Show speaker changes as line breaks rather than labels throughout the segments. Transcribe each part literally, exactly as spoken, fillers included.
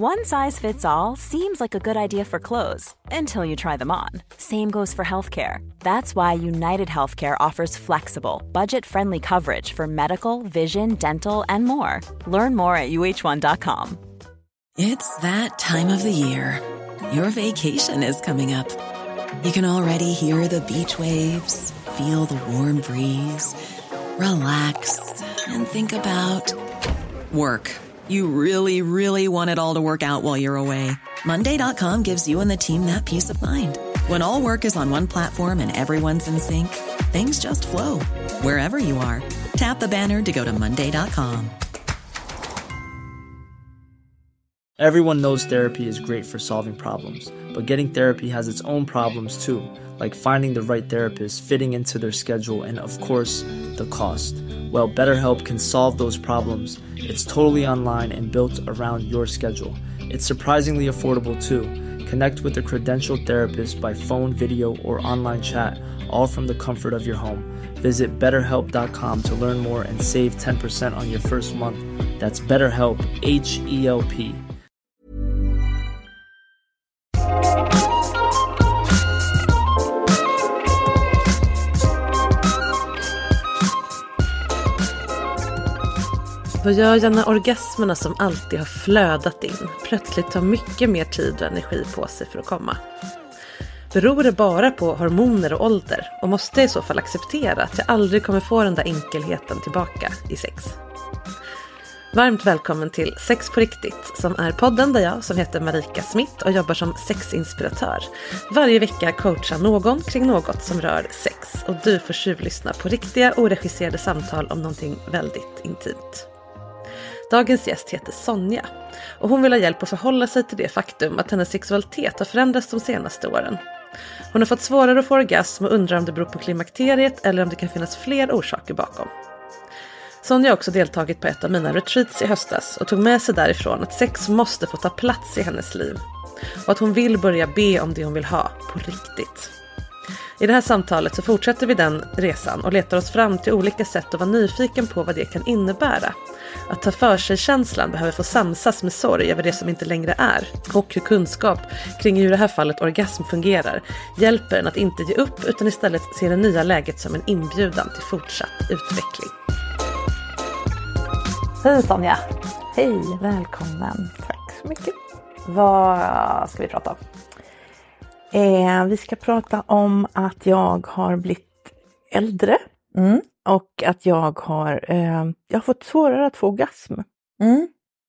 One size fits all seems like a good idea for clothes until you try them on. Same goes for healthcare. That's why United Healthcare offers flexible, budget-friendly coverage for medical, vision, dental, and more. Learn more at U H one dot com.
It's that time of the year. Your vacation is coming up. You can already hear the beach waves, feel the warm breeze, relax, and think about work. You really, really want it all to work out while you're away. Monday dot com gives you and the team that peace of mind. When all work is on one platform and everyone's in sync, things just flow. Wherever you are, tap the banner to go to Monday dot com.
Everyone knows therapy is great for solving problems, but getting therapy has its own problems too, like finding the right therapist, fitting into their schedule, and of course, the cost. Well, BetterHelp can solve those problems. It's totally online and built around your schedule. It's surprisingly affordable too. Connect with a credentialed therapist by phone, video, or online chat, all from the comfort of your home. Visit better help dot com to learn more and save ten percent on your first month. That's BetterHelp, H E L P.
Vad gör jag när orgasmerna som alltid har flödat in plötsligt tar mycket mer tid och energi på sig för att komma? Beror det bara på hormoner och ålder och måste jag i så fall acceptera att jag aldrig kommer få den där enkelheten tillbaka i sex? Varmt välkommen till Sex på riktigt, som är podden där jag, som heter Marika Smith och jobbar som sexinspiratör, varje vecka coachar någon kring något som rör sex, och du får tjuvlyssna på riktiga oregisserade samtal om någonting väldigt intimt. Dagens gäst heter Sonja och hon vill ha hjälp att förhålla sig till det faktum att hennes sexualitet har förändrats de senaste åren. Hon har fått svårare att få orgasm och undrar om det beror på klimakteriet eller om det kan finnas fler orsaker bakom. Sonja har också deltagit på ett av mina retreats i höstas och tog med sig därifrån att sex måste få ta plats i hennes liv och att hon vill börja be om det hon vill ha på riktigt. I det här samtalet så fortsätter vi den resan och letar oss fram till olika sätt att vara nyfiken på vad det kan innebära. Att ta för sig känslan behöver få samsas med sorg över det som inte längre är, och hur kunskap kring hur i det här fallet orgasm fungerar hjälper en att inte ge upp utan istället se det nya läget som en inbjudan till fortsatt utveckling. Hej Sonja!
Hej, välkommen.
Tack så mycket.
Vad ska vi prata om? Eh, vi ska prata om att jag har blivit äldre. Mm. Och att jag har, eh, jag har fått svårare att få orgasm. Mm.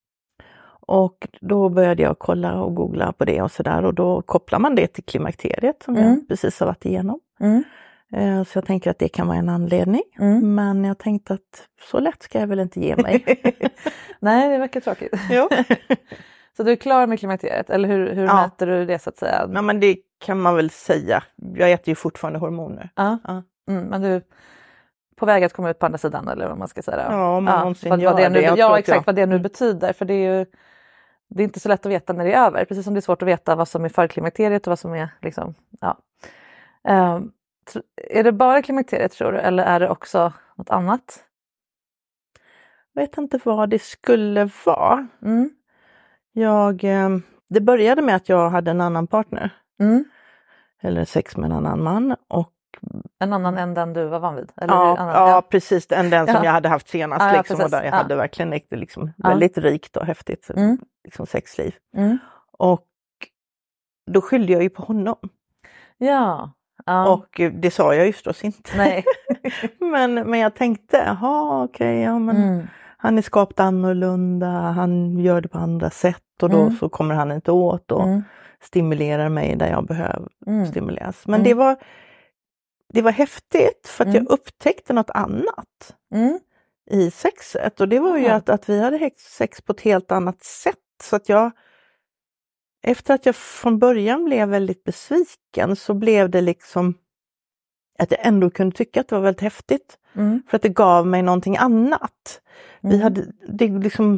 Och då började jag kolla och googla på det och sådär. Och då kopplar man det till klimakteriet som mm. jag precis har varit igenom. Mm. Eh, så jag tänker att det kan vara en anledning. Mm. Men jag tänkte att så lätt ska jag väl inte ge mig.
Nej, det verkar tråkigt.
Jo.
Så du är klar med klimakteriet? Eller hur, hur ja. mäter du det så att säga?
Ja, men det kan man väl säga. Jag äter ju fortfarande hormoner.
Ja, ja. Mm, men du på väg att komma ut på andra sidan, eller vad man ska säga.
Ja, om man ja, någonsin vad,
gör
vad det.
Nu,
jag
ja, exakt
jag...
vad det nu betyder. För det är ju det är inte så lätt att veta när det är över. Precis som det är svårt att veta vad som är för klimakteriet och vad som är liksom, ja. Um, är det bara klimakteriet tror du? Eller är det också något annat?
Jag vet inte vad det skulle vara. Mm. Jag, det började med att jag hade en annan partner. Mm. Eller sex med en annan man. Och
en annan än den du var van vid? Eller
ja,
annan,
ja,
ja,
precis. Än den som ja. jag hade haft senast.
Ja, ja,
liksom, och där jag
ja.
hade verkligen ett liksom,
ja.
väldigt rikt och häftigt mm. liksom, sexliv. Mm. Och då skyllde jag ju på honom.
Ja.
ja. Och det sa jag ju förstås inte.
Nej.
men, men jag tänkte, jaha okej, okay, ja men... Mm. Han är skapat annorlunda, han gör det på andra sätt och då mm. så kommer han inte åt och mm. stimulerar mig där jag behöver mm. stimuleras. Men mm. det var det var häftigt för att mm. jag upptäckte något annat mm. i sexet. Och det var ju mm. att, att vi hade sex på ett helt annat sätt. Så att jag, efter att jag från början blev väldigt besviken så blev det liksom att jag ändå kunde tycka att det var väldigt häftigt. Mm. För att det gav mig någonting annat. Mm. Vi hade, det, liksom,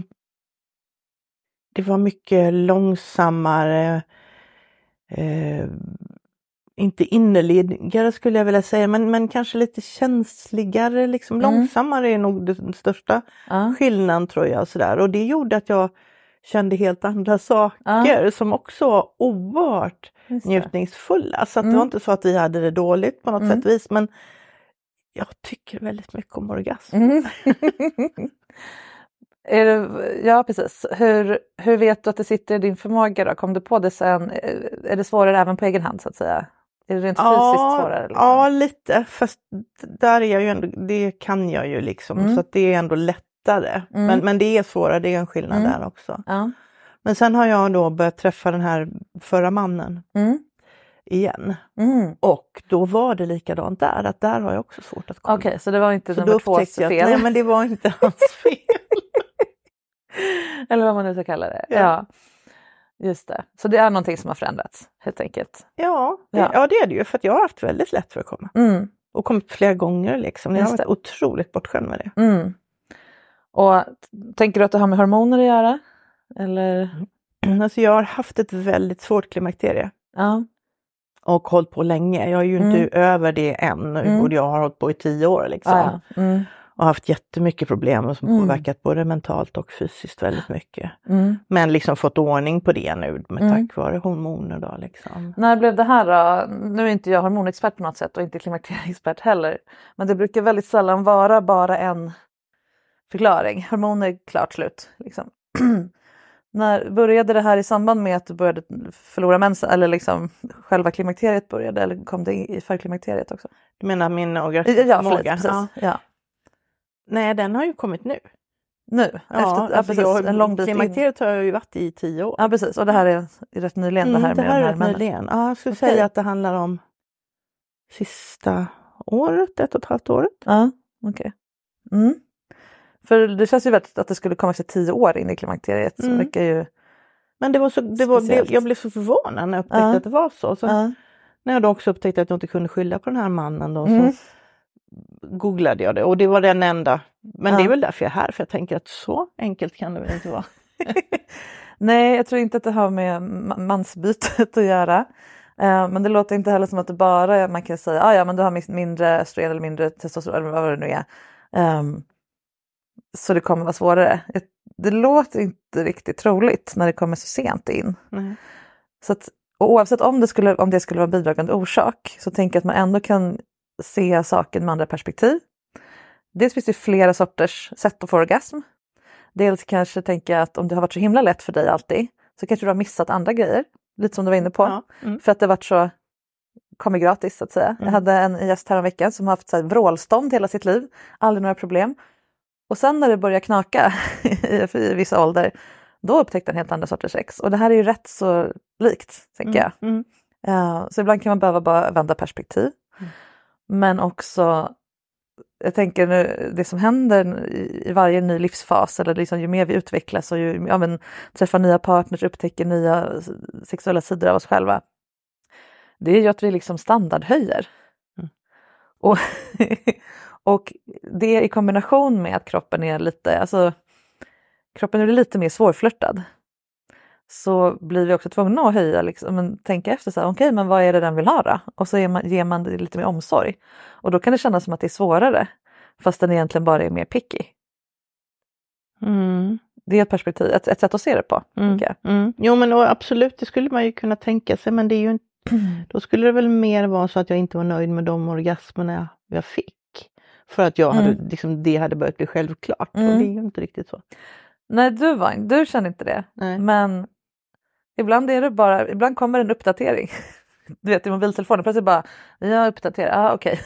det var mycket långsammare, eh, inte innerligare skulle jag vilja säga, men, men kanske lite känsligare, liksom, mm. långsammare är nog den största mm. skillnaden tror jag. Sådär. Och det gjorde att jag kände helt andra saker
Ja.
som också var oerhört
Just det.
njutningsfulla. Så att
Mm.
det var inte så att vi hade det dåligt på något
Mm.
sätt vis. Men jag tycker väldigt mycket om orgasm.
Mm. Är det, ja, precis. Hur, hur vet du att det sitter i din förmåga då? Kom du på det sen? Är det svårare även på egen hand så att säga? Är det rent fysiskt svårare? Liksom?
Ja, lite. Fast där är jag ju ändå, det kan jag ju liksom.
Mm.
Så att det är ändå lättare.
Mm.
Men, men det är svårare, det är en skillnad
Mm.
där också.
Ja.
Men sen har jag då börjat träffa den här förra mannen
Mm.
igen.
Mm.
Och då var det likadant där. Att där har jag också svårt att komma.
Okej, okay, så det var inte
så
nummer
då
tvås
upptäckte jag
fel?
att, nej, men det var inte hans fel.
Eller vad man nu ska kalla det. Ja.
Ja.
Just det. Så det är någonting som har förändrats helt enkelt.
Ja, det,
Ja.
ja. det är det ju. För att jag har haft väldigt lätt för att komma.
Mm.
Och kommit flera gånger liksom. Jag har
Just
varit otroligt bortskämd med det.
Mm. Och tänker du att det har med hormoner att göra? Eller?
Alltså jag har haft ett väldigt svårt klimakterie.
Ja.
Och hållit på länge. Jag är ju inte
Mm.
över det än.
Mm.
Och jag har hållit på i tio år liksom.
Ah, ja. Mm.
Och haft jättemycket problem som
Mm.
påverkat både mentalt och fysiskt väldigt mycket.
Mm.
Men liksom fått ordning på det nu med
Mm.
tack vare hormoner då liksom.
När blev det här då? Nu är inte jag hormonexpert på något sätt och inte klimakterieexpert heller. Men det brukar väldigt sällan vara bara en förklaring. Hormoner är klart slut. Liksom. När började det här i samband med att du började förlora mensen? Eller liksom själva klimakteriet började? Eller kom det i förklimakteriet också?
Du menar min
Ja,
orgasmförmåga?
förlåt, precis.
Ja.
Ja.
Nej, den har ju kommit nu.
Nu?
Ja,
efter, ja,
alltså
precis,
jag,
en lång bit in.
klimakteriet har jag ju varit i tio år.
Ja, precis. Och det här är rätt nyligen det här
Mm, det
med
här
den
är
här
rätt
männen.
nyligen. Ja, jag skulle
Okej.
säga att det handlar om sista året, ett och ett halvt året.
Ja, okej. Okay. Mm. För det känns ju väldigt att det skulle komma efter tio år in i klimakteriet. Så
Mm.
mycket ju...
Men det var så, det var,
Speciellt.
jag blev så förvånad när jag upptäckte
Ja.
att det var så. så
Ja.
När jag då också upptäckte att jag inte kunde skylla på den här mannen då,
Mm.
så googlade jag det. Och det var den enda. Men
Ja.
det är väl därför jag är här. För jag tänker att så enkelt kan det väl inte vara.
Nej, jag tror inte att det har med ma- mansbytet att göra. Eh, men det låter inte heller som att det bara är, man kan säga ah, ja, men du har min- mindre östrogen eller mindre testosteron eller vad det nu är. Ehm, så det kommer vara svårare. Det, det låter inte riktigt troligt när det kommer så sent in.
Nej.
Så att, och oavsett om det, skulle, om det skulle vara bidragande orsak så tänker jag att man ändå kan se saken med andra perspektiv. Dels finns det flera sorters sätt att få orgasm. Dels kanske tänker jag att om det har varit så himla lätt för dig alltid så kanske du har missat andra grejer. Lite som du var inne på.
Ja. Mm.
För att det har varit så, kommit gratis så att säga.
Mm.
Jag hade en gäst här om veckan som har haft så här vrålstånd hela sitt liv. Aldrig några problem. Och sen när det börjar knaka i, i vissa ålder, då upptäckte han helt andra sorters sex. Och det här är ju rätt så likt, tänker jag.
Mm.
Uh, så ibland kan man behöva bara vända perspektiv.
Mm.
Men också, jag tänker nu, det som händer i, i varje ny livsfas, eller liksom ju mer vi utvecklas och ju, ja, men, träffar nya partners, upptäcker nya sexuella sidor av oss själva. Det är ju att vi liksom standardhöjer.
Mm.
Och, och det i kombination med att kroppen är lite, alltså kroppen är lite mer svårflörtad. Så blir vi också tvungna att höja, liksom, men tänka efter så här, okej, okay, men vad är det den vill ha då? Och så ger man, ger man det lite mer omsorg. Och då kan det kännas som att det är svårare, fast den egentligen bara är mer picky.
Mm.
Det är ett perspektiv, ett, ett sätt att se det på.
Mm.
Jag.
Mm. Jo, men och absolut, det skulle man ju kunna tänka sig, men det är ju inte, då skulle det väl mer vara så att jag inte var nöjd med de orgasmerna jag, jag fick. För att jag hade,
Mm.
liksom, det hade börjat bli självklart.
Mm.
Och det är ju inte riktigt så.
Nej, du var du känner inte det.
Nej.
Men ibland är det bara, ibland kommer en uppdatering. Du vet, i mobiltelefonen plötsligt bara, jag uppdaterar, ja ah, okej.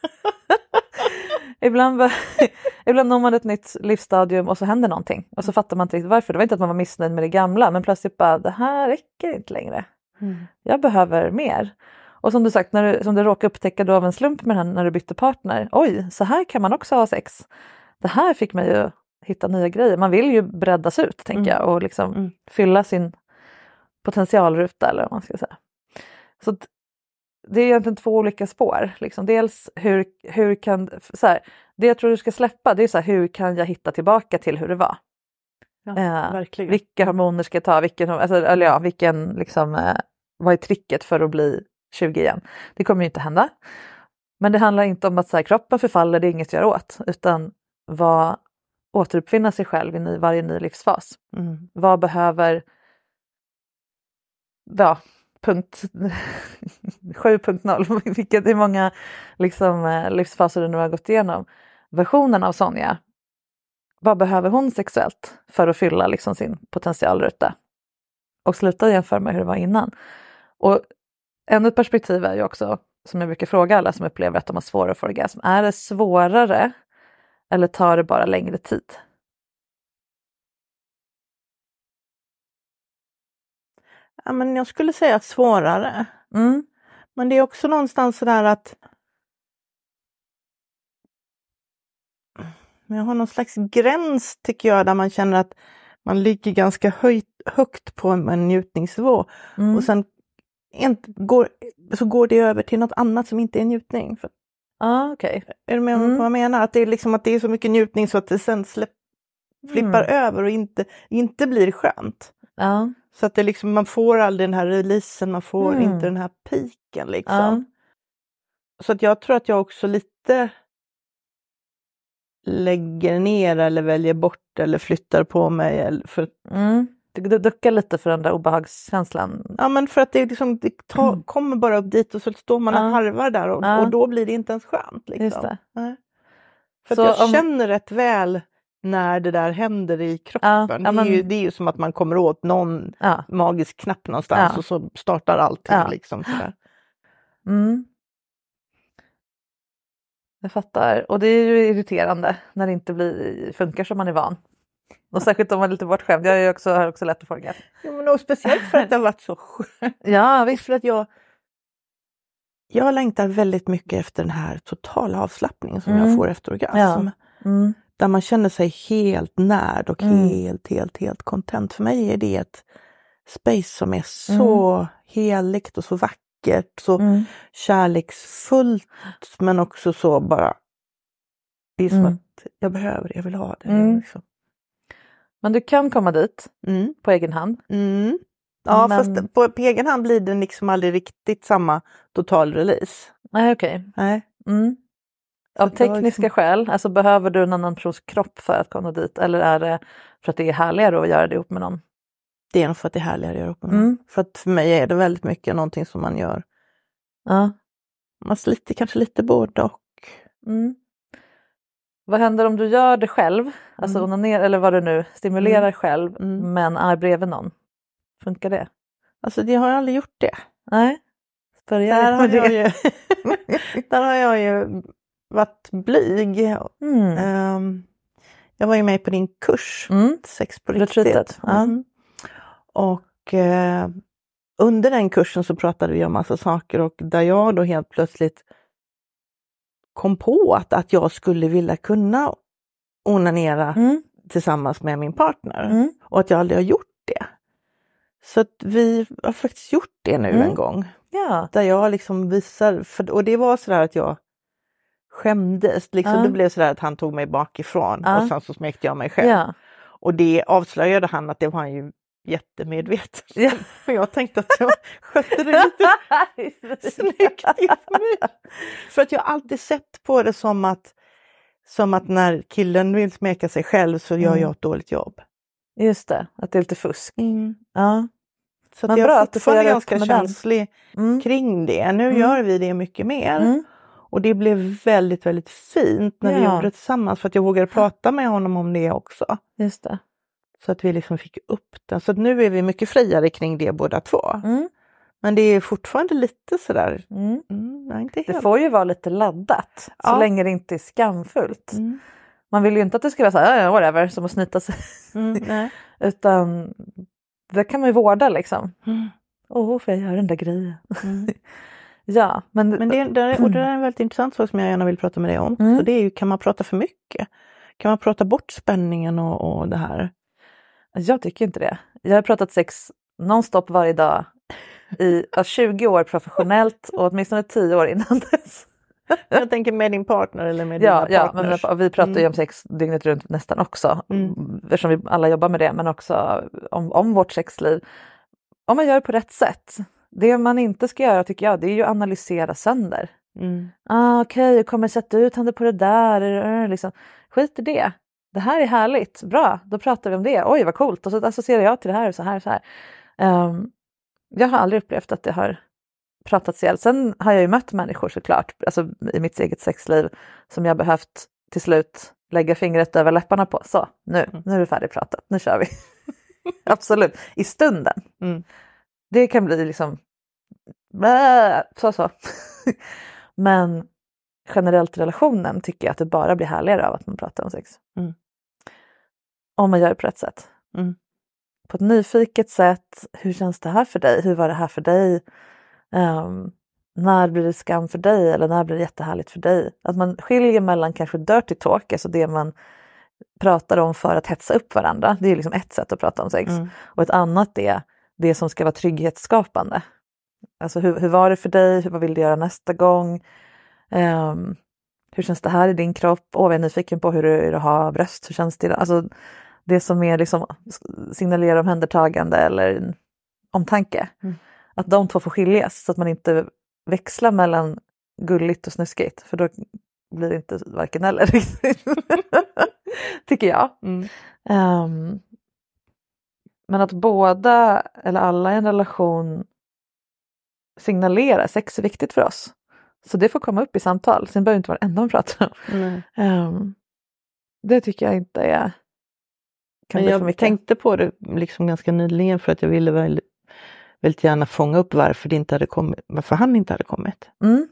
Okay. ibland, ibland når man ett nytt livsstadium och så händer någonting. Och så fattar man inte riktigt varför. Det var inte att man var missnöjd med det gamla, men plötsligt bara, det här räcker inte längre.
Mm.
Jag behöver mer. Och som du sagt, när du, som du råkade upptäcka då av en slump med den när du bytte partner. Oj, så här kan man också ha sex. Det här fick mig ju hitta nya grejer. Man vill ju breddas ut, tänker
Mm.
jag. Och liksom
Mm.
fylla sin potentialruta, eller vad man ska säga. Så att, det är egentligen två olika spår. Liksom. Dels hur, hur kan... Så här, det jag tror du ska släppa, det är så här, hur kan jag hitta tillbaka till hur det var?
Ja,
Eh,
verkligen.
vilka hormoner ska jag ta? Vilken, alltså, eller ja, vilken, liksom, eh, vad är tricket för att bli tjugo igen? Det kommer ju inte hända. Men det handlar inte om att så här, kroppen förfaller, det är inget att göra åt. Utan vad, återuppfinna sig själv i varje ny livsfas.
Mm.
Vad behöver ja, punkt sju punkt noll, vilket är många liksom, livsfaser du nu har gått igenom. Versionen av Sonja, vad behöver hon sexuellt för att fylla liksom, sin potentialruta? Och sluta jämföra med hur det var innan. Och ännu ett perspektiv är ju också, som jag brukar fråga alla som upplever att de har svårare för orgasm. Är det svårare eller tar det bara längre tid?
Ja, men jag skulle säga svårare.
Mm.
Men det är också någonstans så där att jag har någon slags gräns tycker jag där man känner att man ligger ganska höjt, högt på en njutningsnivå.
Mm.
Och sen inte, går, så går det över till något annat som inte är njutning. För,
ah, okej. Okay.
Är du med
mm.
vad jag menar? Att det är liksom att det är så mycket njutning så att det sen släpp, flippar mm. över och inte, inte blir skönt.
Ja.
Så att det liksom, man får aldrig den här releasen, man får mm. inte den här piken liksom.
Ja. Så
att jag tror att jag också lite lägger ner eller väljer bort eller flyttar på mig. Eller för...
mm. Du duckar lite för den där obehagskänslan.
Ja, men för att det, liksom, det tar, mm. kommer bara upp dit och så står man och ja. harvar där och, ja. och då blir det inte ens skönt. Liksom.
Just det.
Nej. För
så
att jag
om...
känner rätt väl när det där händer i kroppen. Ja, ja, men... det, är ju, det är ju som att man kommer åt någon ja. magisk knapp någonstans ja. och så startar allting. Ja. Liksom, sådär.
Mm. Jag fattar. Och det är ju irriterande när det inte blir, funkar som man är van. Och särskilt om man är lite bortskämd. Jag är också, har också lätt att få orgasm.
Ja, men speciellt för att det har varit så skönt.
Ja, visst.
För att jag, jag längtar väldigt mycket efter den här totala avslappningen som mm. jag får efter orgasm.
Ja. Mm.
Där man känner sig helt närd och mm. helt, helt, helt content. För mig är det ett space som är så mm. heligt och så vackert. Så mm. kärleksfullt. Men också så bara. Det är som mm. att jag behöver det, jag vill ha det.
Mm.
Liksom.
Men du kan komma dit
mm.
på egen hand.
Mm. Ja,
men...
fast på, på egen hand blir det liksom aldrig riktigt samma total release.
Nej, okej. Okay.
Nej.
Mm. Av tekniska liksom... skäl, alltså behöver du en annan persons kropp för att komma dit? Eller är det för att det är härligare att göra det ihop med någon?
Det är nog för att det är härligare att göra ihop med någon.
Mm.
För att för mig är det väldigt mycket någonting som man gör.
Ja.
Man sliter kanske lite både och.
Mm. Vad händer om du gör det själv? Alltså mm. onaner, eller vad du nu stimulerar mm. själv mm. men är bredvid någon? Funkar det?
Alltså det har jag aldrig gjort det.
Nej.
Där har, jag ju, där har jag ju varit blyg.
Mm.
Um, jag var ju med på din kurs.
Mm.
Sex på riktigt.
Mm.
Och uh, under den kursen så pratade vi om massa saker. Och där jag då helt plötsligt kom på att, att jag skulle vilja kunna onanera
mm.
tillsammans med min partner.
Mm.
Och att jag aldrig har gjort det. Så att vi har faktiskt gjort det nu
mm.
en gång.
Ja.
Där jag liksom visar, för, och det var sådär att jag skämdes. Liksom,
ja.
Det blev sådär att han tog mig bakifrån
ja.
och sen så smekte jag mig själv.
Ja.
Och det avslöjade han att det var han ju jättemedveten.
Ja.
För jag tänkte att jag skötte det lite snyggt i mig. För att jag alltid sett på det som att, som att när killen vill smeka sig själv så gör
mm.
jag ett dåligt jobb.
Just det, att det är lite fusk.
Mm.
Ja.
Så att jag är fortfarande ganska känslig mm. kring det. Nu
mm.
gör vi det mycket mer.
Mm.
Och det blev väldigt, väldigt fint när
ja.
vi gjorde det tillsammans. För att jag vågade prata med honom om det också.
Just det.
Så att vi liksom fick upp det. Så att nu är vi mycket friare kring det båda två.
Mm.
Men det är fortfarande lite sådär.
Mm.
Mm, nej, inte helt.
Det får ju vara lite laddat.
Ja.
Så länge det inte är skamfullt.
Mm.
Man vill ju inte att det ska vara så här, whatever, som att snyta sig.
Mm, nej.
Utan det kan man ju vårda liksom.
Mm.
Åh, oh, för jag gör den där grejen.
Mm.
ja, men...
men det, det, och det är en väldigt intressant sak som jag gärna vill prata med dig om.
Mm.
Så det är ju, kan man prata för mycket? Kan man prata bort spänningen och, och det här?
Jag tycker inte det. Jag har pratat sex nonstop varje dag i tjugo år professionellt och åtminstone tio år innan dess.
Jag tänker med din partner eller med
ja,
dina
ja,
partners.
Men vi pratar ju
mm.
om sex dygnet runt nästan också.
Mm.
Eftersom vi alla jobbar med det. Men också om, om vårt sexliv. Om man gör det på rätt sätt. Det man inte ska göra tycker jag, det är ju analysera sönder.
Mm.
Ah, okej, okay, jag kommer sätta ut handen på det där. Liksom. Skit i det. det här är härligt, bra, då pratar vi om det. Oj vad coolt, och så associerar jag till det här och så här och så här. Um, jag har aldrig upplevt att det har pratats ihjäl. Sen har jag ju mött människor såklart, alltså i mitt eget sexliv, som jag behövt till slut lägga fingret över läpparna på. Så, nu, nu är det färdigpratat, nu kör vi. Absolut, i stunden. Mm. Det kan bli liksom så så. Men generellt i relationen tycker jag att det bara blir härligare av att man pratar om sex. Mm. Om man gör det på rätt sätt. Mm. På ett nyfiket sätt. Hur känns det här för dig? Hur var det här för dig? Um, när blir det skam för dig? Eller när blir det jättehärligt för dig? Att man skiljer mellan kanske dirty talk, alltså det man pratar om för att hetsa upp varandra. Det är liksom ett sätt att prata om sex. Mm. Och ett annat är det som ska vara trygghetsskapande. Alltså hur, hur var det för dig? Hur, vad vill du göra nästa gång? Um, hur känns det här i din kropp? Åh, jag är nyfiken på hur du har bröst. Hur känns det? Alltså det som är liksom signalerar omhändertagande eller omtanke. Mm. Att de två får skiljas så att man inte växlar mellan gulligt och snuskigt. För då blir det inte varken eller riktigt. Tycker jag. Mm. Um, men att båda eller alla i en relation signalerar sex är viktigt för oss. Så det får komma upp i samtal. Sen behöver det inte vara det enda man pratar om. Mm. Um, det tycker jag inte är...
Men jag tänkte på det liksom ganska nyligen för att jag ville väldigt, väldigt gärna fånga upp varför, det inte hade kommit, varför han inte hade kommit. Mm.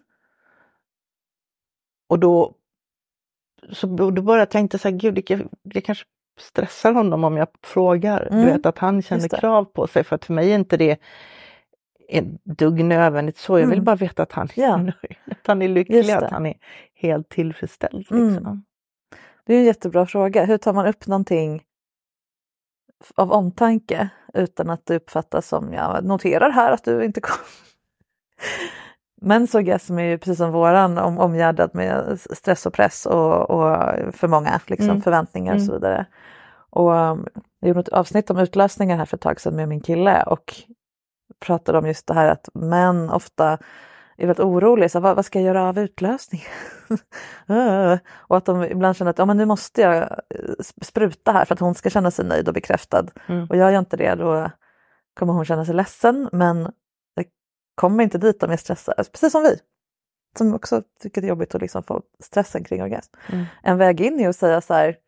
Och då så då bara tänkte jag så här, gud det, det kanske stressar honom om jag frågar. Mm. Du vet att han känner krav på sig, för att för mig är inte det ett dugg nödvändigt så. Jag vill mm. bara veta att han är ja. nöjd, att han är lycklig, att han är helt tillfredsställd. Liksom. Mm.
Det är en jättebra fråga. Hur tar man upp någonting av omtanke utan att det uppfattas som, jag noterar här att du inte kom. Men så som är ju precis som våran om, omgärdad med stress och press och, och för många liksom, mm. förväntningar och så vidare. Och um, jag gjorde ett avsnitt om utlösningar här för ett tag sedan med min kille och pratade om just det här att män ofta är väldigt oroliga. Så, vad, vad ska jag göra av utlösning? Och att de ibland känner att ja, men nu måste jag spruta här för att hon ska känna sig nöjd och bekräftad. Mm. Och jag gör inte det, då kommer hon känna sig ledsen. Men det kommer inte dit om jag stressar. Precis som vi. Som också tycker det är jobbigt att liksom få stressen kring orgasm. Mm. En väg in är att säga så här.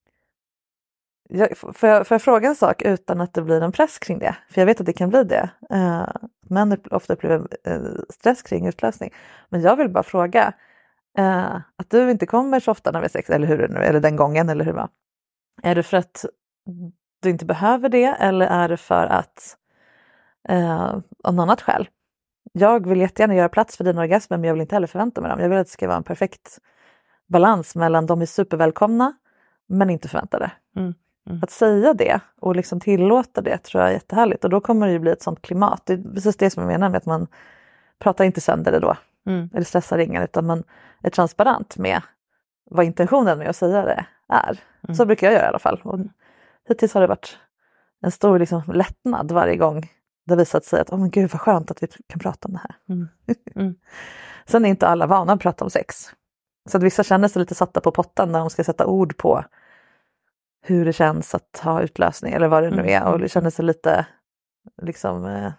Jag, får, jag, får jag fråga en sak utan att det blir en press kring det? För jag vet att det kan bli det. Uh, män ofta upplever uh, stress kring utlösning. Men jag vill bara fråga. Uh, att du inte kommer så ofta när vi har sex. Eller hur det nu, eller den gången. Eller hur det var. Är det för att du inte behöver det? Eller är det för att uh, av något annat skäl? Jag vill jättegärna göra plats för dina orgasmer. Men jag vill inte heller förvänta mig dem. Jag vill att det ska vara en perfekt balans mellan de är supervälkomna. Men inte förväntade. Mm. Mm. Att säga det och liksom tillåta det tror jag är jättehärligt. Och då kommer det ju bli ett sånt klimat. Det är precis det som jag menar med att man pratar inte sönder det då. Mm. Eller stressar ingen, utan man är transparent med vad intentionen med att säga det är. Mm. Så brukar jag göra i alla fall. Och hittills har det varit en stor liksom lättnad varje gång det visat sig att åh men gud vad skönt att vi kan prata om det här. Mm. Mm. Sen är inte alla vana att prata om sex. Så att vissa känner sig lite satta på pottan när de ska sätta ord på hur det känns att ha utlösning eller vad det nu är. Och det känner sig lite liksom eh,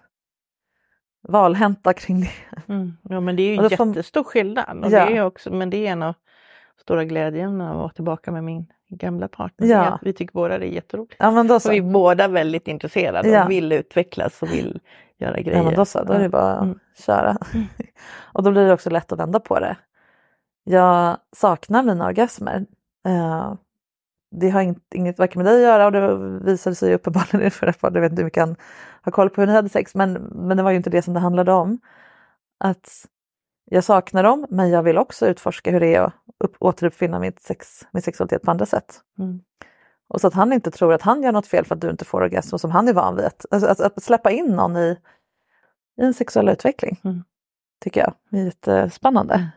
valhänta kring det.
Mm. Ja men det är ju en jättestor skillnad. Och ja. det är också, men det är en av stora glädjen att vara tillbaka med min gamla partner. Ja. Vi tycker båda det är jätteroligt.
Ja, men då så.
Och vi är båda väldigt intresserade ja. och vill utvecklas och vill göra grejer.
Ja men då så, då är det bara att mm. köra. Mm. Och då blir det också lätt att vända på det. Jag saknar mina orgasmer. Uh, Det har inget, inget varken med dig att göra och det visade sig uppenbarligen för att jag vet inte hur vi kan ha koll på hur ni hade sex, men, men det var ju inte det som det handlade om. Att jag saknar dem, men jag vill också utforska hur det är att upp, återuppfinna mitt sex, min sexualitet på andra sätt. Mm. Och så att han inte tror att han gör något fel för att du inte får orgasm som han är van vid. Alltså, att, att släppa in någon i, i en sexuell utveckling mm. tycker jag är jättespännande. Mm.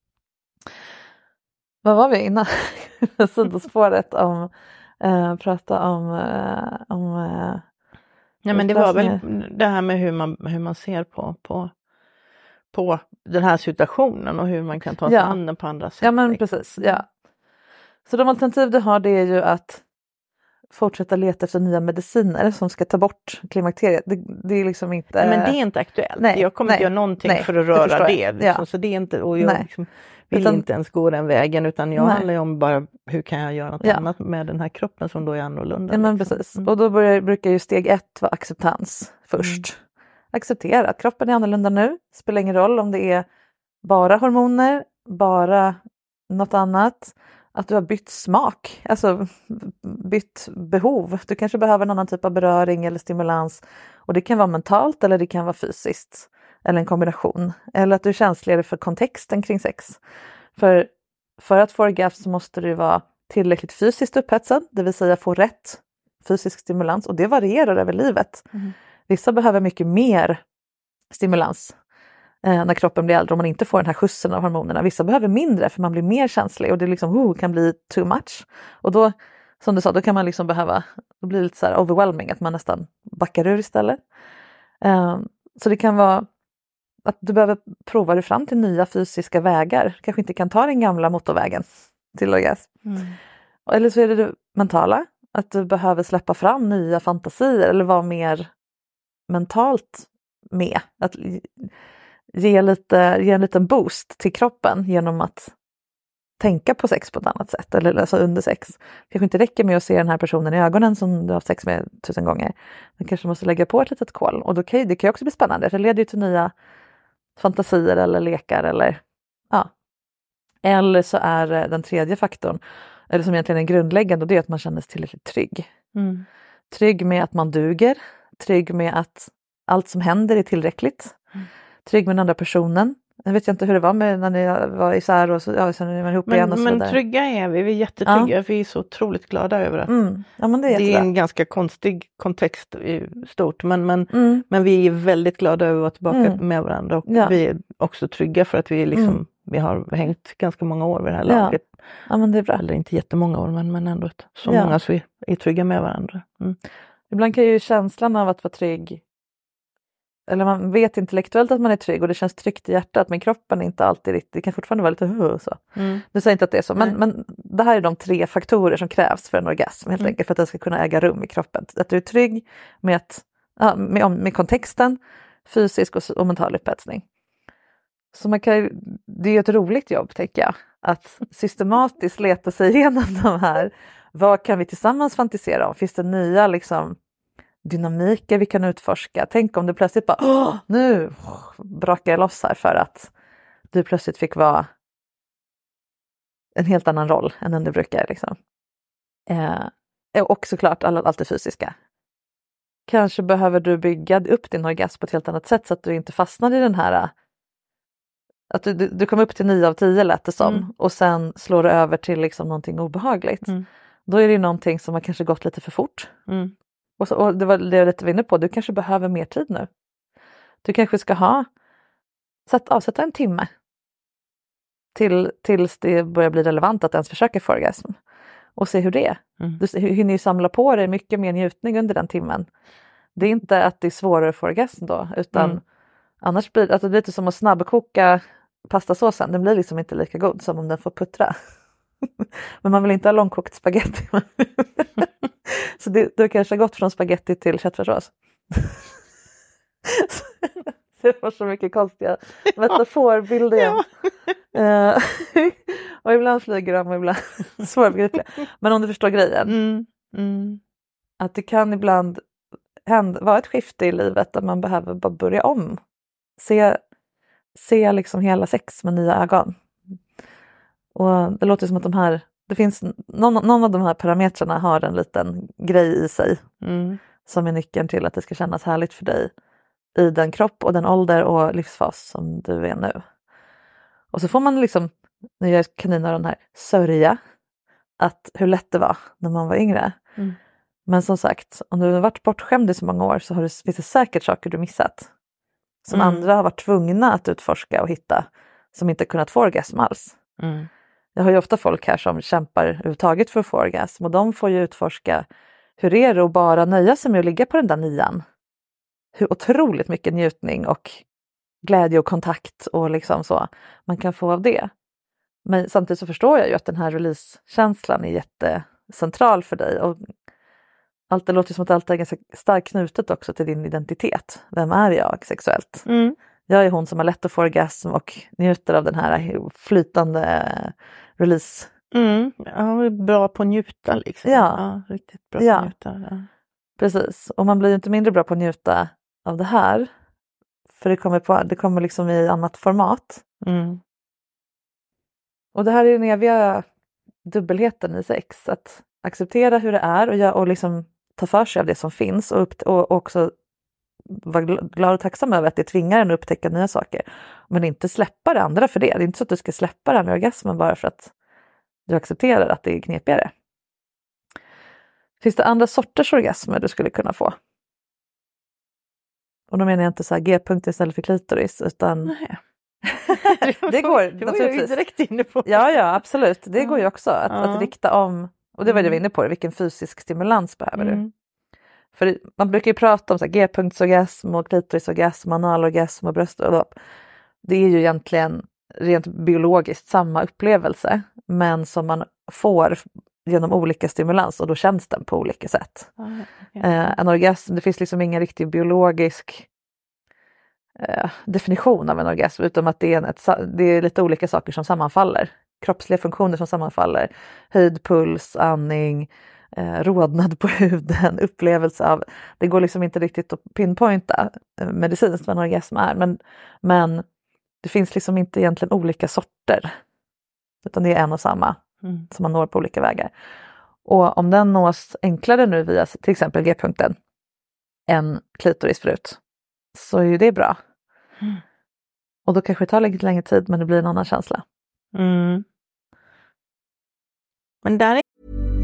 Vad var vi innan? Sidospåret om eh, prata om, eh, om eh,
ja men det var väl det här med hur man, hur man ser på, på, på den här situationen och hur man kan ta sig
ja.
an den på andra sätt.
Ja men precis, ja. Så de alternativ du har, det är ju att fortsätta leta efter nya mediciner som ska ta bort klimakteriet. Det, det är liksom inte...
Men det är inte aktuellt.
Nej,
jag kommer
nej,
inte göra någonting
nej,
för att röra det.
det
Liksom.
ja.
Så det är inte, och jag
Nej.
liksom vill
Utan,
inte ens gå den vägen, utan jag
nej.
handlar ju om bara hur kan jag göra något
ja.
annat med den här kroppen som då är annorlunda.
Ja, men
liksom.
precis.
Mm.
Och då börjar, brukar ju steg ett vara acceptans först. Mm. Acceptera att kroppen är annorlunda nu. Spelar ingen roll om det är bara hormoner, bara något annat. Att du har bytt smak, alltså bytt behov. Du kanske behöver en annan typ av beröring eller stimulans. Och det kan vara mentalt eller det kan vara fysiskt. Eller en kombination. Eller att du är känsligare för kontexten kring sex. För, för att få orgasm så måste du vara tillräckligt fysiskt upphetsad. Det vill säga få rätt fysisk stimulans. Och det varierar över livet. Mm. Vissa behöver mycket mer stimulans eh, när kroppen blir äldre. Om man inte får den här skjutsen av hormonerna. Vissa behöver mindre för man blir mer känslig. Och det liksom, oh, kan bli too much. Och då, som du sa, då kan man liksom behöva. Då blir det lite så här overwhelming. Att man nästan backar ur istället. Eh, så det kan vara. Att du behöver prova dig fram till nya fysiska vägar. Kanske inte kan ta den gamla motorvägen till orgasm. Mm. Eller så är det det mentala. Att du behöver släppa fram nya fantasier. Eller vara mer mentalt med. Att ge, lite, ge en liten boost till kroppen genom att tänka på sex på ett annat sätt. Eller alltså under sex. Kanske inte räcker med att se den här personen i ögonen som du har haft sex med tusen gånger. Du kanske måste lägga på ett litet kol. Och då kan, det kan ju också bli spännande. För det leder ju till nya fantasier eller lekar eller ja. Eller så är den tredje faktorn, eller som egentligen är grundläggande, och det är att man känner sig tillräckligt trygg. Mm. Trygg med att man duger, trygg med att allt som händer är tillräckligt. Mm. Trygg med den andra personen. Jag vet inte hur det var med när ni var isär och så, ja, sen är man ihop
men,
igen och så
men
där.
trygga är vi, vi är jättetrygga. Ja. Vi är så otroligt glada över att
mm. ja, men det, är
det är en ganska konstig kontext i stort. Men, men, mm. men vi är väldigt glada över att vara tillbaka mm. med varandra. Och ja. Vi är också trygga för att vi, liksom, mm. vi har hängt ganska många år vid det här
ja.
laget.
Ja, men det är bra.
Eller inte jättemånga år, men, men ändå så
ja.
många så vi är trygga med varandra. Mm.
Ibland kan ju känslan av att vara trygg, eller man vet intellektuellt att man är trygg och det känns tryggt i hjärtat, men kroppen är inte alltid riktigt, det kan fortfarande vara lite hö så. Mm. Du säger inte att det är så, men, men det här är de tre faktorer som krävs för en orgasm helt mm. enkelt, för att den ska kunna äga rum i kroppen. Att du är trygg med, att, ja, med, med kontexten, fysisk och, och mental upphetsning. Så man kan, det är ju ett roligt jobb, tänker jag, att systematiskt leta sig igenom de här. Vad kan vi tillsammans fantisera om? Finns det nya liksom dynamiker vi kan utforska? Tänk om du plötsligt bara, åh, nu brakar jag loss här för att du plötsligt fick vara en helt annan roll än den du brukar. Liksom. Eh, och såklart all, allt det fysiska. Kanske behöver du bygga upp din orgasm på ett helt annat sätt så att du inte fastnar i den här, att du, du, du kommer upp till nio av tio lät det som, mm. och sen slår du över till liksom någonting obehagligt. Mm. Då är det ju någonting som har kanske gått lite för fort. Mm. Och, så, och det var det jag lite var inne på, du kanske behöver mer tid nu. Du kanske ska ha satt, avsätta en timme till, tills det börjar bli relevant att ens försöka få orgasm. Och se hur det är. Mm. Du hinner ju samla på dig mycket mer njutning under den timmen. Det är inte att det är svårare att få orgasm då, utan mm. annars blir alltså det lite som att snabbkoka pastasåsen. Den blir liksom inte lika god som om den får puttra. Men man vill inte ha långkokt spaghetti. Så det, du kanske har gått från spaghetti till köttfärssås. Det var så mycket konstiga metaforbilder. Ja. Ja. Och ibland flyger de och ibland svårbegripliga. Men om du förstår grejen. Mm. Mm. Att det kan ibland hända, vara ett skifte i livet där man behöver bara börja om. Se, se liksom hela sex med nya ögon. Och det låter som att de här, det finns någon, någon av de här parametrarna har en liten grej i sig. Mm. Som är nyckeln till att det ska kännas härligt för dig. I den kropp och den ålder och livsfas som du är nu. Och så får man liksom, när jag är kaninöron här, sörja att hur lätt det var när man var yngre. Mm. Men som sagt, om du har varit bortskämd i så många år så har du, finns det säkert saker du missat. Som mm. andra har varit tvungna att utforska och hitta. Som inte kunnat få orgasm alls. Mm. Jag har ju ofta folk här som kämpar överhuvudtaget för att få orgasm. Och de får ju utforska hur är det att bara nöja sig med att ligga på den där nian. Hur otroligt mycket njutning och glädje och kontakt och liksom så man kan få av det. Men samtidigt så förstår jag ju att den här release-känslan är jättecentral för dig. Och allt det låter som att allt är ganska starkt knutet också till din identitet. Vem är jag sexuellt?
Mm.
Jag är hon som har lätt att få orgasm och njuter av den här flytande release.
Mm. Ja, bra på att njuta liksom.
Ja,
ja riktigt bra
ja.
på att njuta. Ja.
Precis, och man blir ju inte mindre bra på att njuta av det här. För det kommer, på, det kommer liksom i annat format.
Mm.
Och det här är den eviga dubbelheten i sex. Att acceptera hur det är och, jag, och liksom ta för sig av det som finns. Och, upp, och också vara glad och tacksam över att det tvingar en att upptäcka nya saker. Men inte släppa det andra för det. Det är inte så att du ska släppa det här med orgasmen bara för att du accepterar att det är knepigare. Finns det andra sorters orgasmer du skulle kunna få? Och då menar jag inte så här G-punkt istället för klitoris, utan
Nej.
det går
det var jag ju direkt inne på.
Ja, ja, absolut. Det
Ja.
går ju också att,
Ja.
att rikta om. Och det var det
Mm.
vi var inne på, vilken fysisk stimulans behöver du?
Mm.
För det- man brukar ju prata om så här G-punktsorgasm och klitorisorgasm, analorgasm och bröstorgasm. Det är ju egentligen rent biologiskt samma upplevelse, men som man får genom olika stimulans, och då känns den på olika sätt.
Ja, okay.
Eh, en orgasm, det finns liksom ingen riktig biologisk eh, definition av en orgasm, utom att det är, en, ett, det är lite olika saker som sammanfaller. Kroppsliga funktioner som sammanfaller. Höjd puls, andning, eh, rodnad på huden, upplevelse av... Det går liksom inte riktigt att pinpointa eh, medicinskt vad en orgasm är, men, men det finns liksom inte egentligen olika sorter. Utan det är en och samma
Mm.
som man når på olika vägar. Och om den nås enklare nu via till exempel G-punkten än klitoris förut, så är ju det bra.
Mm.
Och då kanske det tar lite längre tid, men det blir en annan känsla.
Mm. Men där är...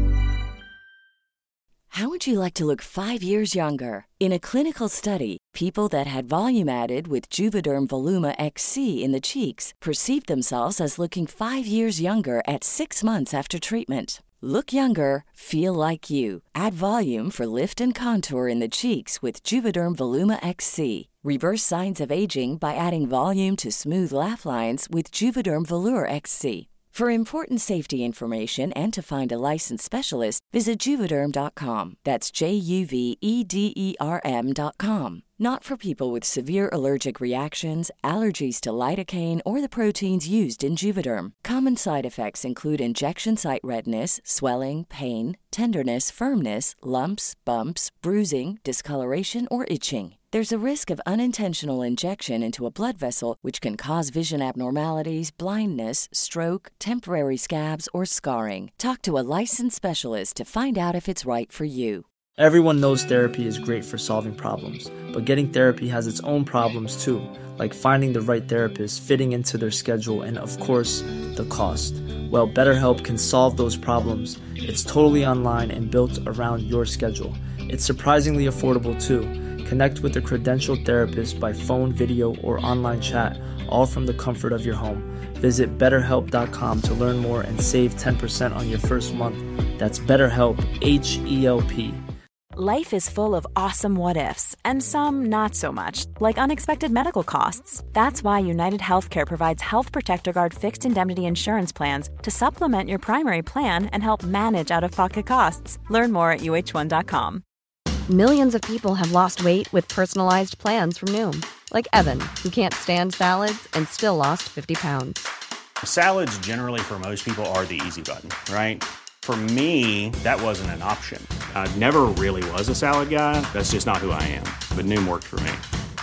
How would you like to look five years younger? In a clinical study, people that had volume added with Juvederm Voluma X C in the cheeks perceived themselves as looking five years younger at six months after treatment. Look younger, feel like you. Add volume for lift and contour in the cheeks with Juvederm Voluma X C. Reverse signs of aging by adding volume to smooth laugh lines with Juvederm Volure X C. For important safety information and to find a licensed specialist, visit Juvederm dot com. That's J U V E D E R M dot com. Not for people with severe allergic reactions, allergies to lidocaine, or the proteins used in Juvederm. Common side effects include injection site redness, swelling, pain, tenderness, firmness, lumps, bumps, bruising, discoloration, or itching. There's a risk of unintentional injection into a blood vessel, which can cause vision abnormalities, blindness, stroke, temporary scabs, or scarring. Talk to a licensed specialist to find out if it's right for you.
Everyone knows therapy is great for solving problems, but getting therapy has its own problems too, like finding the right therapist, fitting into their schedule, and of course, the cost. Well, BetterHelp can solve those problems. It's totally online and built around your schedule. It's surprisingly affordable too. Connect with a credentialed therapist by phone, video, or online chat, all from the comfort of your home. Visit better help dot com to learn more and save ten percent on your first month. That's BetterHelp, H E L P.
Life is full of awesome what-ifs, and some not so much, like unexpected medical costs. That's why United Healthcare provides Health Protector Guard fixed indemnity insurance plans to supplement your primary plan and help manage out-of-pocket costs. Learn more at U H one dot com.
Millions of people have lost weight with personalized plans from Noom. Like Evan, who can't stand salads and still lost fifty pounds.
Salads generally for most people are the easy button, right? For me, that wasn't an option. I never really was a salad guy. That's just not who I am. But Noom worked for me.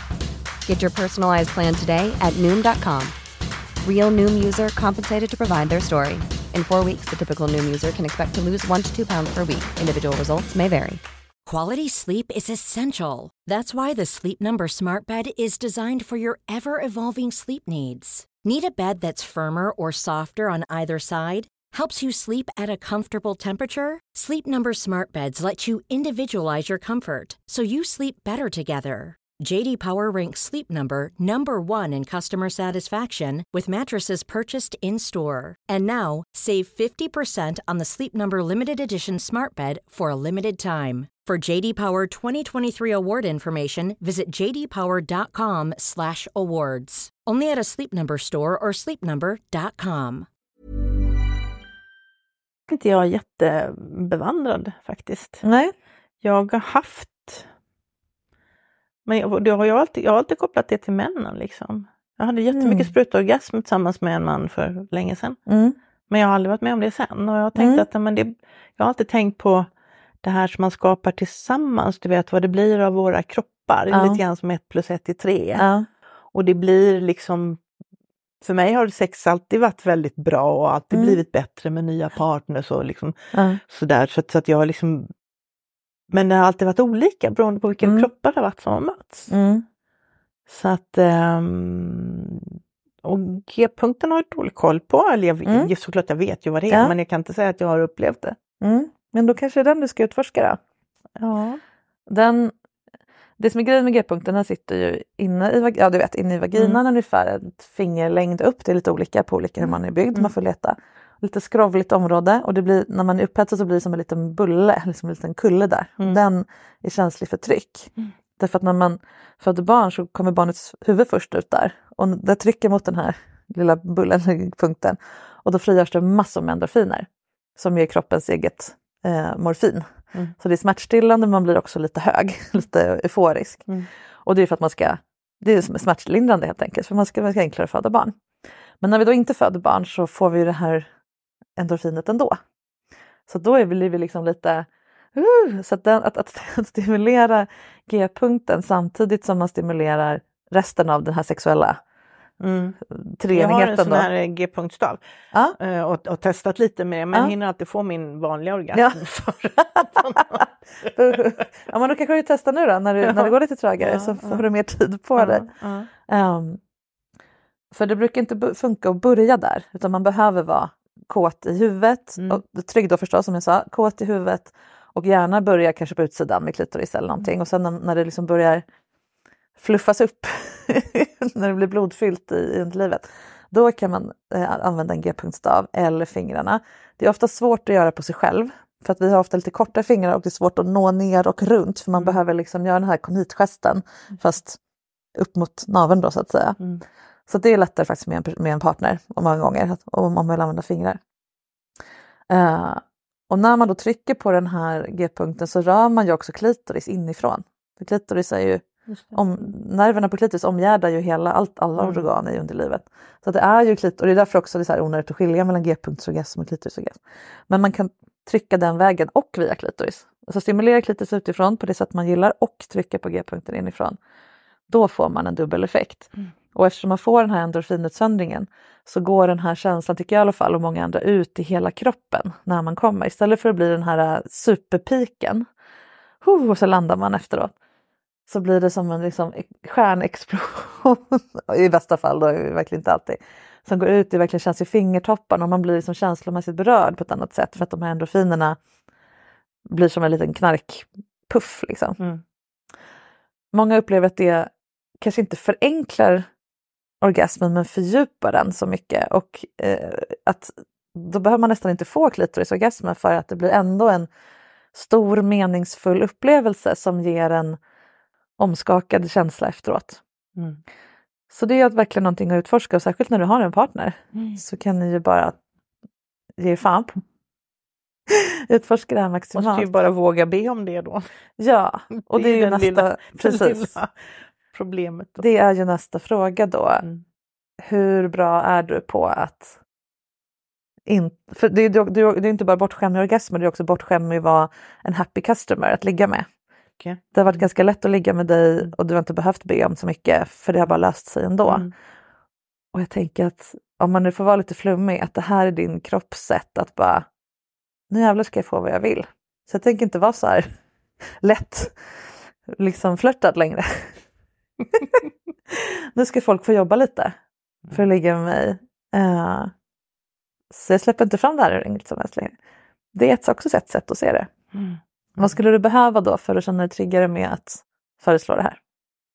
Get your personalized plan today at Noom dot com. Real Noom user compensated to provide their story. In four weeks, the typical Noom user can expect to lose one to two pounds per week. Individual results may vary.
Quality sleep is essential. That's why the Sleep Number Smart Bed is designed for your ever-evolving sleep needs. Need a bed that's firmer or softer on either side? Helps you sleep at a comfortable temperature? Sleep Number Smart Beds let you individualize your comfort, so you sleep better together. J D Power ranks Sleep Number number one in customer satisfaction with mattresses purchased in-store. And now, save fifty percent on the Sleep Number Limited Edition Smart Bed for a limited time. For J D Power twenty twenty-three award information, visit j d power dot com slash awards. Only at a Sleep Number store or sleep number dot com.
inte jag är jättebevandrad faktiskt.
Nej.
Jag har haft... Men jag, det har jag, alltid, jag har alltid kopplat det till männen liksom. Jag hade jättemycket mm. sprutorgasm tillsammans med en man för länge sedan.
Mm.
Men jag har aldrig varit med om det sen. Och jag har tänkt
mm.
att men det, jag har alltid tänkt på det här som man skapar tillsammans. Du vet vad det blir av våra kroppar.
Ja.
Lite grann som ett plus ett är tre.
Ja.
Och det blir liksom... För mig har sex alltid varit väldigt bra och alltid
mm.
blivit bättre med nya partners och liksom
ja.
sådär. Så, så att jag liksom... Men det har alltid varit olika beroende på vilka
mm.
kroppar det har varit som har mötts.
Mm.
Så att... Um, och G-punkten har jag dålig koll på. Eller jag, mm. såklart jag vet ju vad det är. Ja. Men jag kan inte säga att jag har upplevt det.
Mm. Men då kanske det är den du ska utforska då.
Ja.
Den... Det som är grejen med G-punkten, den sitter ju inne i, ja, du vet, inne i vaginan mm. ungefär ett fingerlängd upp. Det är lite olika på olika hur man är byggd. Mm. Man får leta. Lite skrovligt område. Och det blir, när man är upphetsad så blir det som en liten bulle. Liksom en liten kulle där. Mm. Den är känslig för tryck. Mm. Därför att när man föder barn så kommer barnets huvud först ut där. Och det trycker mot den här lilla bullen, punkten. Och då frigörs det massor med endorfiner. Som ger kroppens eget eh, morfin. Mm. Så det är smärtstillande, men man blir också lite hög, lite euforisk. Mm. Och det är för att man ska, det är smärtlindrande helt enkelt, för man ska vara enklare att föda barn. Men när vi då inte föder barn så får vi det här endorfinet ändå. Så då blir vi liksom lite, uh, så att, den, att, att, att stimulera G-punkten samtidigt som man stimulerar resten av den här sexuella Mm.
Jag har en sån här G-punktstav
ja.
och, och testat lite med det, men
ja.
hinner alltid få min vanliga orgasm.
Ja. Ja, men då kanske du testa nu då, när, du, ja. när det går lite trögare ja, så får ja. du mer tid på
ja,
dig.
Ja.
Um, för det brukar inte funka att börja där, utan man behöver vara kåt i huvudet, mm. och trygg då förstås som jag sa, kåt i huvudet och gärna börja kanske på utsidan med klitoris eller någonting mm. och sen när, när det liksom börjar fluffas upp när det blir blodfyllt i, i underlivet, då kan man eh, använda en G-punktstav eller fingrarna. Det är ofta svårt att göra på sig själv för att vi har ofta lite korta fingrar och det är svårt att nå ner och runt för man mm. behöver liksom göra den här konitgesten mm. fast upp mot naveln då så att säga. Mm. Så det är lättare faktiskt med en, med en partner och många gånger om man vill använda fingrar. Uh, och när man då trycker på den här G-punkten så rör man ju också klitoris inifrån. För klitoris är ju Om, nerverna på klitoris omgärdar ju hela, allt, alla mm. organ i underlivet. Så att det är ju klitoris, och det är därför också det är så här onödigt att skilja mellan G-punktsorgasm och klitorisorgasm. Men man kan trycka den vägen och via klitoris. Alltså stimulera klitoris utifrån på det sätt man gillar och trycka på G-punkten inifrån. Då får man en dubbel effekt. Mm. Och eftersom man får den här endorfinutsöndringen så går den här känslan, tycker jag i alla fall, och många andra, ut i hela kroppen när man kommer. Istället för att bli den här superpiken. Uh, och så landar man efteråt. Så blir det som en liksom stjärnexplosion. I bästa fall då, verkligen inte alltid. Som går ut, det verkligen känns i fingertopparna och man blir liksom känslomässigt berörd på ett annat sätt. För att de här endorfinerna blir som en liten knarkpuff liksom. Mm. Många upplever att det kanske inte förenklar orgasmen men fördjupar den så mycket. Och eh, att då behöver man nästan inte få klitorisorgasmen för att det blir ändå en stor meningsfull upplevelse som ger en omskakad känsla efteråt. Mm. Så det är verkligen någonting att utforska, och särskilt när du har en partner mm. så kan ni ju bara ge fan på utforska det här maximalt.
Måste ju bara våga be om det då.
Ja, och det, det är ju nästa
lilla,
precis.
problemet då.
Det är ju nästa fråga då. Mm. Hur bra är du på att in, för det är, det är inte bara bortskämd med orgasmer, det är också bortskämd med att vara en happy customer att ligga med. Okay. Det har varit ganska lätt att ligga med dig och du har inte behövt be om så mycket för det har bara löst sig ändå. Mm. Och jag tänker att om man nu får vara lite flummig, att det här är din kroppssätt att bara, nu jävlar ska jag få vad jag vill. Så jag tänker inte vara så här lätt liksom flörtad längre. Nu ska folk få jobba lite för att ligga med mig. Uh, så jag släpper inte fram det här hur enkelt som helst längre. Det är ett också ett sätt att se det. Mm. Vad skulle du behöva då för att känna dig tryggare med att föreslå det här?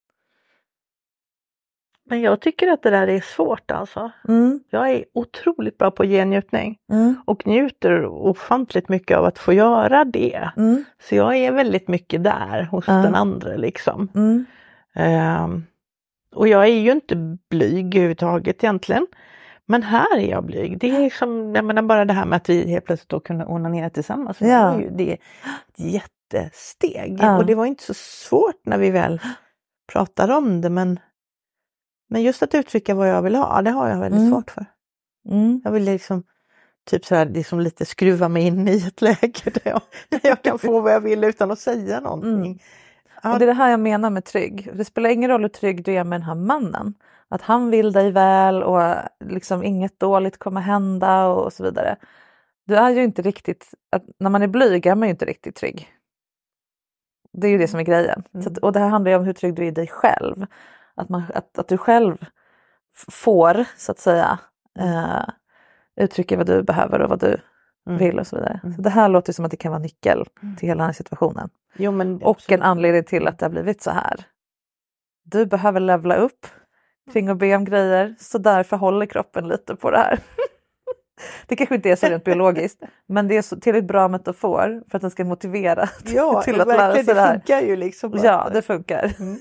Men jag tycker att det där är svårt alltså. Mm. Jag är otroligt bra på genjutning. Mm. Och njuter ofantligt mycket av att få göra det. Mm. Så jag är väldigt mycket där hos mm. den andra liksom. Mm. Um, och jag är ju inte blyg överhuvudtaget egentligen. Men här är jag blyg. Det är som, jag menar bara det här med att vi helt plötsligt då kunde onanera tillsammans.
Ja.
Det är ju det är ett jättesteg.
Ja.
Och det var inte så svårt när vi väl pratade om det. Men, men just att uttrycka vad jag vill ha, det har jag väldigt
Mm.
svårt för.
Mm.
Jag vill liksom typ så här, liksom lite skruva mig in i ett läge där jag, där jag kan få vad jag vill utan att säga någonting.
Mm.
Ja.
Och det är det här jag menar med trygg. Det spelar ingen roll hur trygg du är med den här mannen. Att han vill dig väl och liksom inget dåligt kommer hända och så vidare. Du är ju inte riktigt, att när man är blyg är man ju inte riktigt trygg. Det är ju det som är grejen.
Mm.
Så att, och det här handlar ju om hur trygg du är i dig själv. Att, man, att, att du själv f- får, så att säga, eh, uttrycka vad du behöver och vad du
Mm.
vill och så vidare.
Mm.
Så det här låter som att det kan vara nyckel till hela den här situationen.
Jo, men,
Och en anledning till att det har blivit så här. Du behöver levla upp kring att be om grejer, så därför håller kroppen lite på det här. Det kanske inte är så rent biologiskt, men det är så tillräckligt bra med att du får för att den ska motivera
ja,
till att lära sig det
det
här.
funkar ju liksom. bara.
Ja, det funkar.
Mm.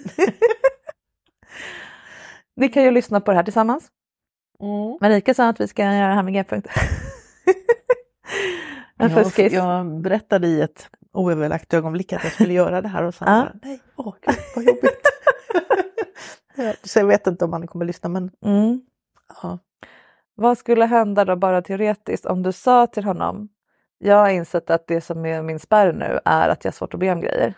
Ni kan ju lyssna på det här tillsammans.
Mm.
Marika sa att vi ska göra det här med G-punkter. En
Jag,
fuskis.
jag berättade i ett oöverlagt ögonblick att jag skulle göra det här och sen
Ja.
bara, nej, åh gud vad jobbigt. Så jag vet inte om han kommer lyssna, men
Mm.
ja.
Vad skulle hända då bara teoretiskt om du sa till honom, jag har insett att det som är min spärr nu är att jag har svårt att be om grejer.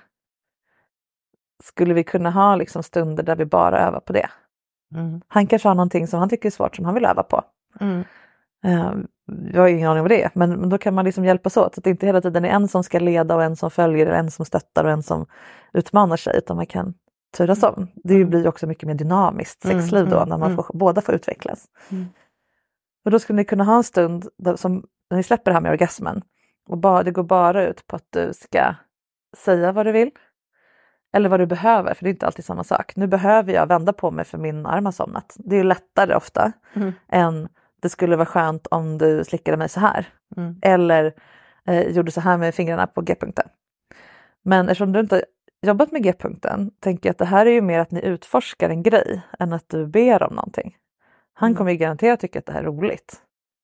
Skulle vi kunna ha liksom stunder där vi bara övar på det?
Mm.
Han kanske har någonting som han tycker är svårt som han vill öva på.
Mm.
Uh, jag har ingen aning om det, men, men då kan man liksom hjälpas åt. Så att det inte hela tiden är en som ska leda och en som följer och en som stöttar och en som utmanar sig, utan man kan turas om. Det
Mm.
blir ju också mycket mer dynamiskt
Mm,
sexliv då
mm,
när man
mm.
får, båda får utvecklas.
Mm.
Och då skulle ni kunna ha en stund där, som, när ni släpper det här med orgasmen och bara, det går bara ut på att du ska säga vad du vill eller vad du behöver, för det är inte alltid samma sak. Nu behöver jag vända på mig för min arm har somnat. Det är ju lättare ofta
Mm.
än det skulle vara skönt om du slickade mig så här.
Mm.
Eller eh, gjorde så här med fingrarna på G-punkten. Men eftersom du inte har jobbat med G-punkten tänker jag att det här är ju mer att ni utforskar en grej än att du ber om någonting. Han
Mm.
kommer ju garanterat tycka att det här är roligt.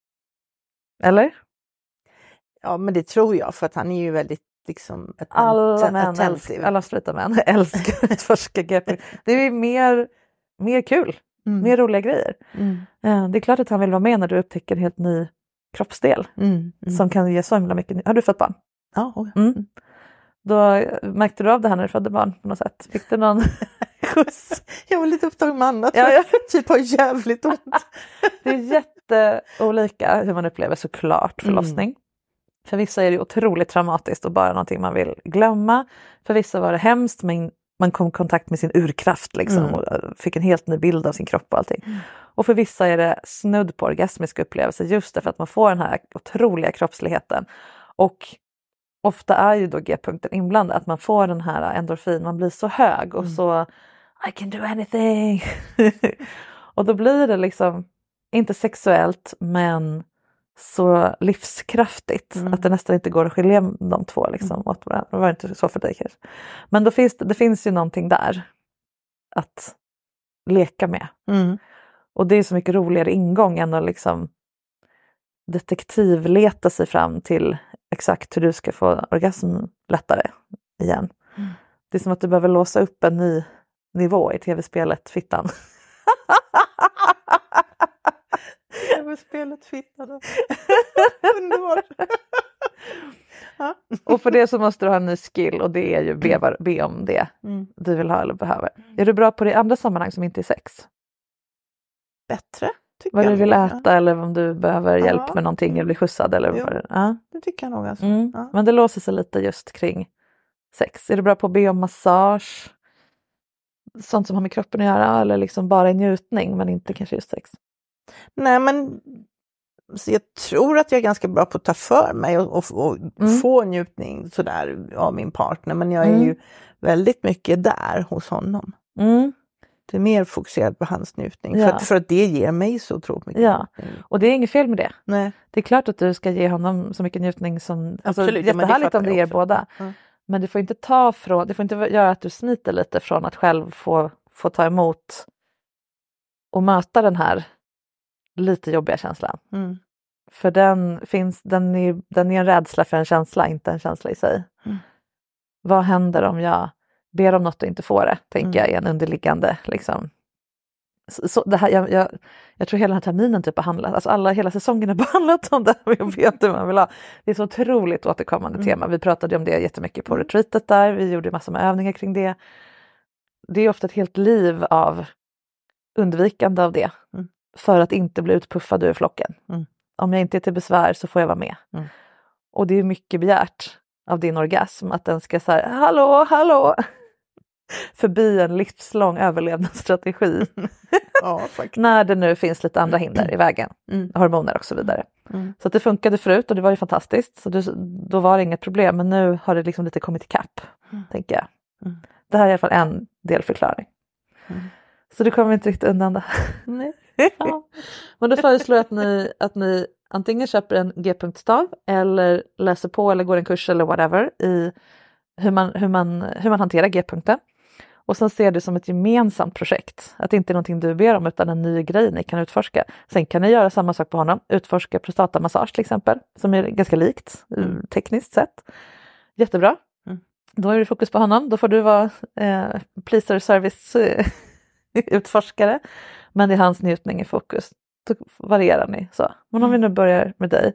Eller?
Ja, men det tror jag, för att han är ju väldigt liksom ett
Alla män,
attentive.
älskar, alla straighta män älskar att utforska G-punkten. Det är ju mer, mer kul.
Mm.
Mer roliga grejer.
Mm.
Eh, det är klart att han vill vara med när du upptäcker en helt ny kroppsdel.
Mm. Mm.
Som kan ge så himla mycket. Har du fått barn?
Ja, oh, ja.
Mm. Då märkte du av det här när du födde barn på något sätt? Fick du någon skjuts?
Jag var lite upptagen med annat.
Ja, ja.
Typ har jävligt ont.
Det är jätteolika hur man upplever såklart förlossning. Mm. För vissa är det otroligt traumatiskt och bara någonting man vill glömma. För vissa var det hemskt, men man kom i kontakt med sin urkraft liksom,
Mm.
och fick en helt ny bild av sin kropp och allting. Mm. Och för vissa är det snudd på orgasmiska upplevelser just därför att man får den här otroliga kroppsligheten. Och ofta är ju då G-punkten inblandad, att man får den här endorfin, man blir så hög och mm. så I can do anything. Och då blir det liksom inte sexuellt men så livskraftigt mm. att det nästan inte går att skilja de två liksom, mm. åt varandra. Det var inte så för dig kanske. Men då finns det, det finns ju någonting där att leka med.
Mm.
Och det är så mycket roligare ingång än att liksom detektivleta sig fram till exakt hur du ska få orgasm lättare igen. Mm. Det är som att du behöver låsa upp en ny nivå i tv-spelet Fittan.
Tv-spelet Fittan. Underbart. Ja.
Och för det så måste du ha en ny skill och det är ju be, be om det mm. du vill ha eller behöver. Är du bra på det i andra sammanhang som inte är sex?
Bättre.
Vad
jag
du vill
nog,
äta
ja.
eller om du behöver
ja.
hjälp med någonting eller bli skjutsad eller
jo,
vad det, ja.
det tycker jag nog alltså.
Mm.
Ja.
Men det låser sig lite just kring sex. Är du bra på att be om massage? Sånt som har med kroppen att göra eller liksom bara en njutning men inte kanske just sex?
Nej, men så jag tror att jag är ganska bra på att ta för mig och, och, och mm. få njutning sådär av min partner, men jag är mm. ju väldigt mycket där hos honom.
Mm.
Det är mer fokuserat på hans njutning.
Ja.
För, att, för att det ger mig så otroligt mycket
ja. njutning. Och det är inget fel med det.
Nej.
Det är klart att du ska ge honom så mycket njutning som... Alltså,
absolut,
jättehärligt om det ger båda.
Mm.
Men det får inte ta från... Det får inte göra att du smiter lite från att själv få, få ta emot och möta den här lite jobbiga känslan.
Mm.
För den finns, den är, den är en rädsla för en känsla, inte en känsla i sig.
Mm.
Vad händer om jag ber om något och inte får det, tänker
Mm.
jag, är en underliggande liksom. Så, så det här, jag, jag, jag tror hela den här terminen typ har handlat, alltså alla, hela säsongen har behandlat om det här, jag vet hur man vill ha. Det är så otroligt återkommande
Mm.
tema. Vi pratade om det jättemycket på retreatet där, vi gjorde massor med övningar kring det. Det är ofta ett helt liv av undvikande av det.
Mm.
För att inte bli utpuffad ur flocken.
Mm.
Om jag inte är till besvär så får jag vara med.
Mm.
Och det är mycket begärt av din orgasm att den ska säga hallå, hallå. Förbi en livslång överlevnadsstrategi.
Ja, faktiskt.
När det nu finns lite andra hinder i vägen.
Mm.
Hormoner och så vidare.
Mm.
Så att det funkade förut och det var ju fantastiskt. Så det, då var det inget problem. Men nu har det liksom lite kommit ikapp.
Mm.
Tänker jag.
Mm.
Det här är i alla fall en delförklaring.
Mm.
Så du kommer inte riktigt undan det.
Nej.
Ja. Men då föreslår jag att ni, att ni antingen köper en G-punktstav eller läser på eller går en kurs eller whatever i hur man, hur man, hur man hanterar G-punkten. Och sen ser det som ett gemensamt projekt. Att det inte är någonting du ber om utan en ny grej ni kan utforska. Sen kan ni göra samma sak på honom. Utforska prostatamassage till exempel. Som är ganska likt mm. tekniskt sett. Jättebra.
Mm.
Då är det fokus på honom. Då får du vara eh, pleaser service utforskare. Men det är hans njutning i fokus. Då varierar ni så. Men om vi nu börjar med dig.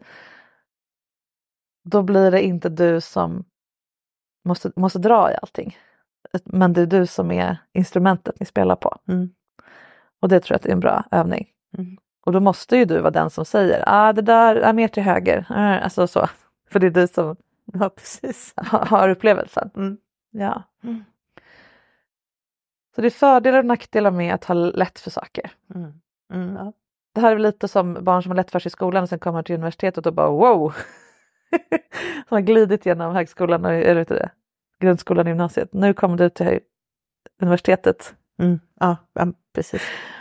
Då blir det inte du som måste, måste dra i allting. Men det är du som är instrumentet ni spelar på.
Mm.
Och det tror jag att det är en bra övning.
Mm.
Och då måste ju du vara den som säger ah, det där är mer till höger. Alltså så. För det är du som
ja, precis.
ha, har upplevelsen.
Mm.
Ja.
Mm.
Så det är fördelar och nackdelar med att ha lätt för saker.
Mm. Mm. Ja.
Det här är lite som barn som har lätt för sig i skolan och sen kommer till universitetet och bara wow. Som har glidit genom högskolan och är det, grundskolan och gymnasiet. Nu kommer du till universitetet.
Mm. Ja, ja, precis.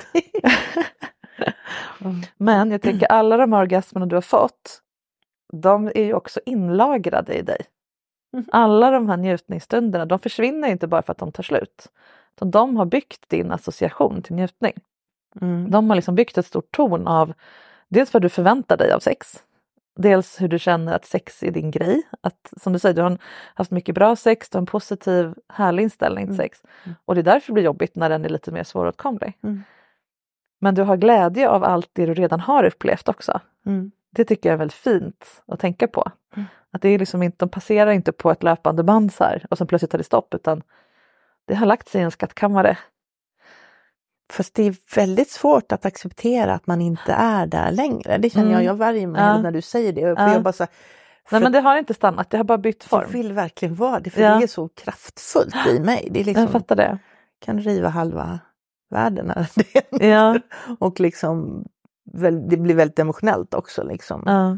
mm. Men jag tänker alla de orgasmerna du har fått, de är ju också inlagrade i dig. Mm. Alla de här njutningsstunderna, de försvinner inte bara för att de tar slut. Så de har byggt din association till njutning.
Mm.
De har liksom byggt ett stort torn av dels vad du förväntar dig av sex. Dels hur du känner att sex är din grej. Att, som du säger, du har haft mycket bra sex, du har en positiv, härlig inställning till sex. Mm. Och det är därför det blir jobbigt när den är lite mer svåråtkomlig.
Mm.
Men du har glädje av allt det du redan har upplevt också.
Mm.
Det tycker jag är väldigt fint att tänka på.
Mm.
Att det är liksom inte, de passerar inte på ett löpande band så här, och sen plötsligt tar det stopp, utan det har lagt sig i en skattkammare.
Fast det är väldigt svårt att acceptera att man inte är där längre. Det känner mm. jag, jag värjer mig ja. när du säger det. För
ja.
jag bara så, för
Nej men det har inte stannat, det har bara bytt form.
Jag vill verkligen vara det, för
ja.
det är så kraftfullt i mig. Det är liksom,
jag fattar det.
Kan riva halva världen. Det.
Ja.
Och liksom, det blir väldigt emotionellt också. Liksom.
Ja.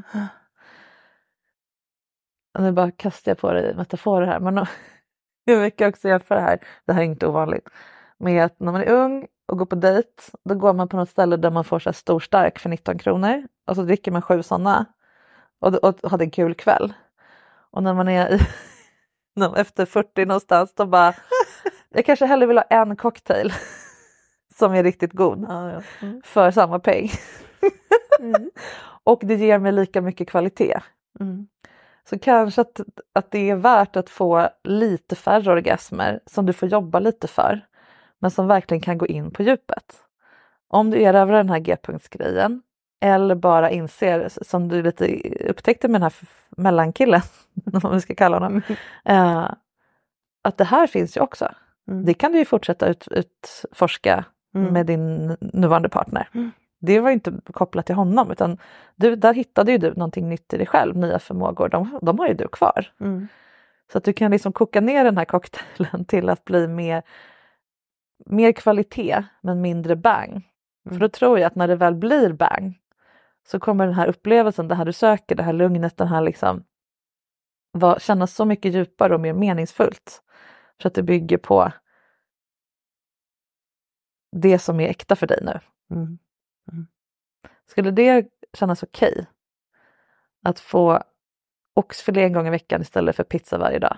Nu bara kastar jag på dig metaforer här. Men jag vill också jämföra det här. Det här är inte ovanligt. Med att när man är ung och går på dejt, då går man på något ställe där man får så här stor stark för nitton kronor. Och så dricker man sju sådana. Och, och, och hade en kul kväll. Och när man är i, efter fyrtio någonstans, då bara, jag kanske hellre vill ha en cocktail som är riktigt god.
Ja, ja. Mm.
För samma peng.
mm.
Och det ger mig lika mycket kvalitet.
Mm.
Så kanske att, att det är värt att få lite färre orgasmer som du får jobba lite för. Men som verkligen kan gå in på djupet. Om du erövrar den här G-punktsgrejen. Eller bara inser, som du lite upptäckte med den här mellankillen. Om vi ska kalla honom. Eh, att det här finns ju också. Mm. Det kan du ju fortsätta ut, utforska mm. med din nuvarande partner. Mm. Det var inte kopplat till honom. Utan du, där hittade ju du någonting nytt i dig själv. Nya förmågor. De, de har ju du kvar.
Mm. Så
att du kan liksom koka ner den här cocktailen till att bli mer... mer kvalitet men mindre bang. Mm. För då tror jag att när det väl blir bang så kommer den här upplevelsen, det här du söker, det här lugnet, den här liksom var, kännas så mycket djupare och mer meningsfullt. För att det bygger på det som är äkta för dig nu.
Mm. Mm.
Skulle det kännas okej okay att få oxfilé en gång i veckan istället för pizza varje dag?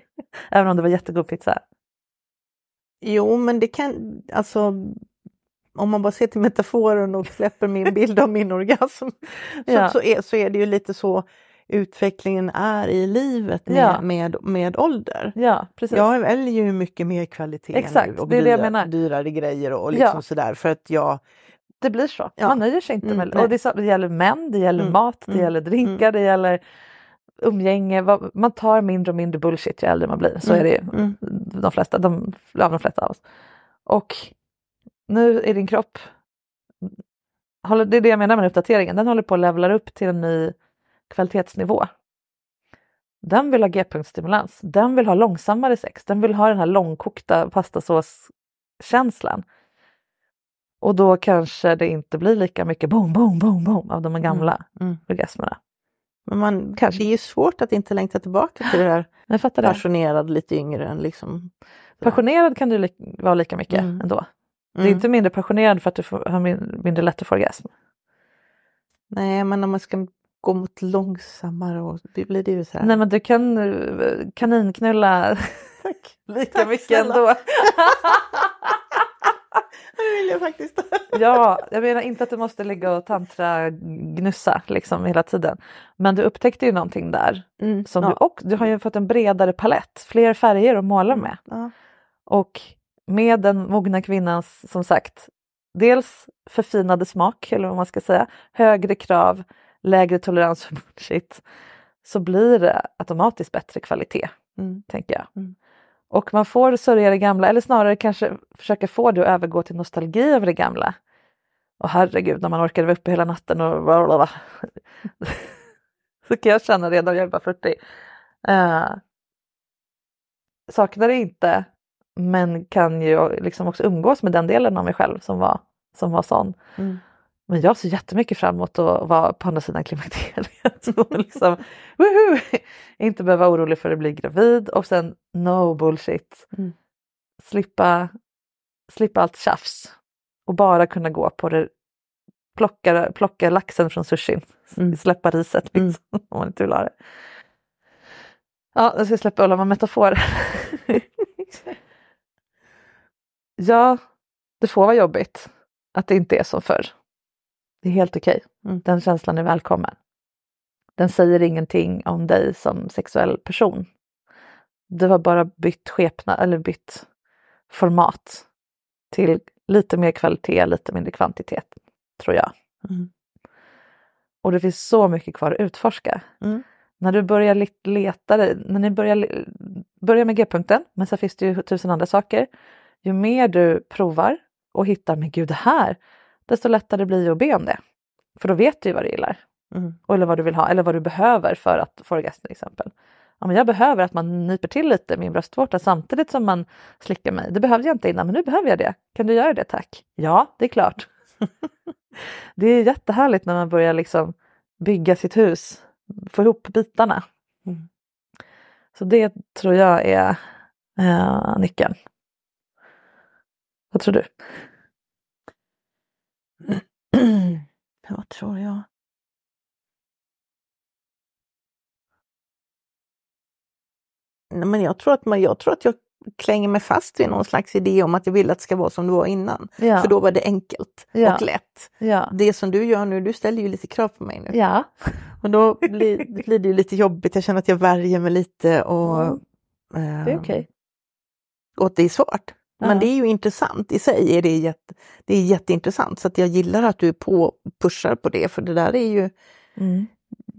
Även om det var jättegod pizza.
Jo, men det kan, alltså om man bara ser till metaforen och släpper min bild av min orgasm
Ja.
så, så, är, så är det ju lite så utvecklingen är i livet med,
Ja.
med, med ålder.
Ja, precis.
Jag väljer ju mycket mer kvalitet
Exakt,
nu och
det är det jag
dyra,
menar.
dyrare grejer och liksom
Ja.
sådär för att jag...
Det blir så.
Ja.
Man nöjer sig inte
Mm,
med
nej.
och det, är så, det gäller män, det gäller
Mm,
mat, det
mm,
gäller drinkar, det gäller umgänge. Vad- Man tar mindre och mindre bullshit ju äldre man blir. Så
Mm,
är det ju.
mm.
De flesta, de, ja, de flesta av oss. Och nu är din kropp, håller- det är det jag menar med uppdateringen, den håller på att levla upp till en ny kvalitetsnivå. Den vill ha g-punktstimulans, den vill ha långsammare sex, den vill ha den här långkokta pastasåskänslan. Och då kanske det inte blir lika mycket boom, boom, boom, boom av de här gamla
Mm.
orgasmerna.
Men man,
Kanske.
det är ju svårt att inte längta tillbaka till det där
Jag fattar det.
passionerad, lite yngre än liksom...
Passionerad kan du li- vara lika mycket
Mm.
ändå. Det är
Mm.
inte mindre passionerad för att du får, har min- mindre lätt att få orgasm.
Nej, men om man ska gå mot långsammare och det blir det ju så här.
Nej, men du kan eh, kaninknulla
Tack.
lika
Tack,
mycket
snälla.
ändå.
Det vill jag faktiskt.
Ja, jag menar inte att du måste ligga och tantra gnussa liksom hela tiden. Men du upptäckte ju någonting där.
Mm.
Som
ja.
du, och du har ju fått en bredare palett, fler färger att måla med.
Ja.
Och med den mogna kvinnans, som sagt, dels förfinade smak, eller vad man ska säga, högre krav, lägre tolerans för bullshit, så blir det automatiskt bättre kvalitet,
Mm.
tänker jag.
Mm.
Och man får sörja det gamla, eller snarare kanske försöka få det att övergå till nostalgi över det gamla. Och herregud, när man orkade vara uppe hela natten och blablabla. Så kan jag känna redan, jag är bara fyrtio. Uh, saknar det inte, men kan ju liksom också umgås med den delen av mig själv som var, som var sån.
Mm.
Men jag ser jättemycket fram emot att vara på andra sidan klimakteriet. Och liksom, woohoo! Inte behöva vara orolig för att bli gravid. Och sen no bullshit.
Mm.
Slippa, slippa allt tjafs. Och bara kunna gå på det. Plocka, plocka laxen från sushin.
Mm.
Släppa riset liksom, om man inte vill ha det. Ja, jag ska släppa alla med metafor. Ja, det får vara jobbigt. Att det inte är så förr. Det är helt okej.
Mm.
Den känslan är välkommen. Den säger ingenting om dig som sexuell person. Du har bara bytt skepnad eller bytt format till lite mer kvalitet, lite mindre kvantitet, tror jag.
Mm.
Och det finns så mycket kvar att utforska.
Mm.
När du börjar leta, när ni börjar börja med G-punkten, men så finns det ju tusen andra saker. Ju mer du provar och hittar, men gud det här, desto lättare blir det att be om det. För då vet du ju vad du gillar.
Mm.
Eller vad du vill ha, eller vad du behöver för att få orgasm till exempel. Ja, men jag behöver att man nyper till lite min bröstvårta samtidigt som man slickar mig. Det behövde jag inte innan, men nu behöver jag det. Kan du göra det, tack? Ja, det är klart. Det är jättehärligt när man börjar liksom bygga sitt hus. Få ihop bitarna.
Mm.
Så det tror jag är äh, nyckeln. Vad tror du?
Vad tror jag? Nej, men jag tror att man, jag tror att jag klänger mig fast vid någon slags idé om att jag vill att det ska vara som det var innan.
Ja.
För då var det enkelt
Ja.
och lätt.
Ja.
Det som du gör nu, du ställer ju lite krav på mig nu.
Ja.
Och då blir, blir det ju lite jobbigt. Jag känner att jag värjer mig lite och...
Mm. Det är
eh,
okej.
Och det är svårt.
Ja.
Men det är ju intressant. I sig är det, jätte, det är jätteintressant. Så att jag gillar att du är på pushar på det. För det där är ju...
Mm.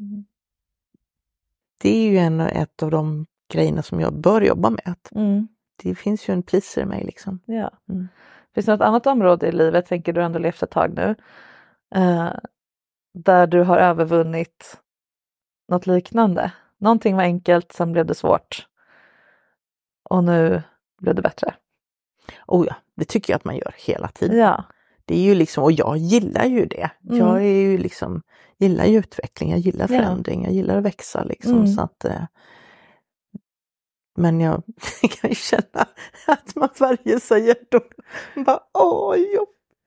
Det är ju en, ett av de grejerna som jag bör jobba med. Att
Mm.
det finns ju en pleaser i mig liksom.
Ja.
Mm.
Finns det något annat område i livet, tänker du ändå levt ett tag nu, eh, där du har övervunnit något liknande? Någonting var enkelt, sen blev det svårt. Och nu blev det bättre.
Oh ja, det tycker jag att man gör hela tiden.
Ja.
Det är ju liksom, och jag gillar ju det.
Mm.
Jag är ju liksom, gillar ju utveckling, jag gillar
Ja.
förändring, jag gillar att växa liksom.
Mm.
Så att, eh, men jag kan ju känna att man värjer sig då. Bara, åh, jo.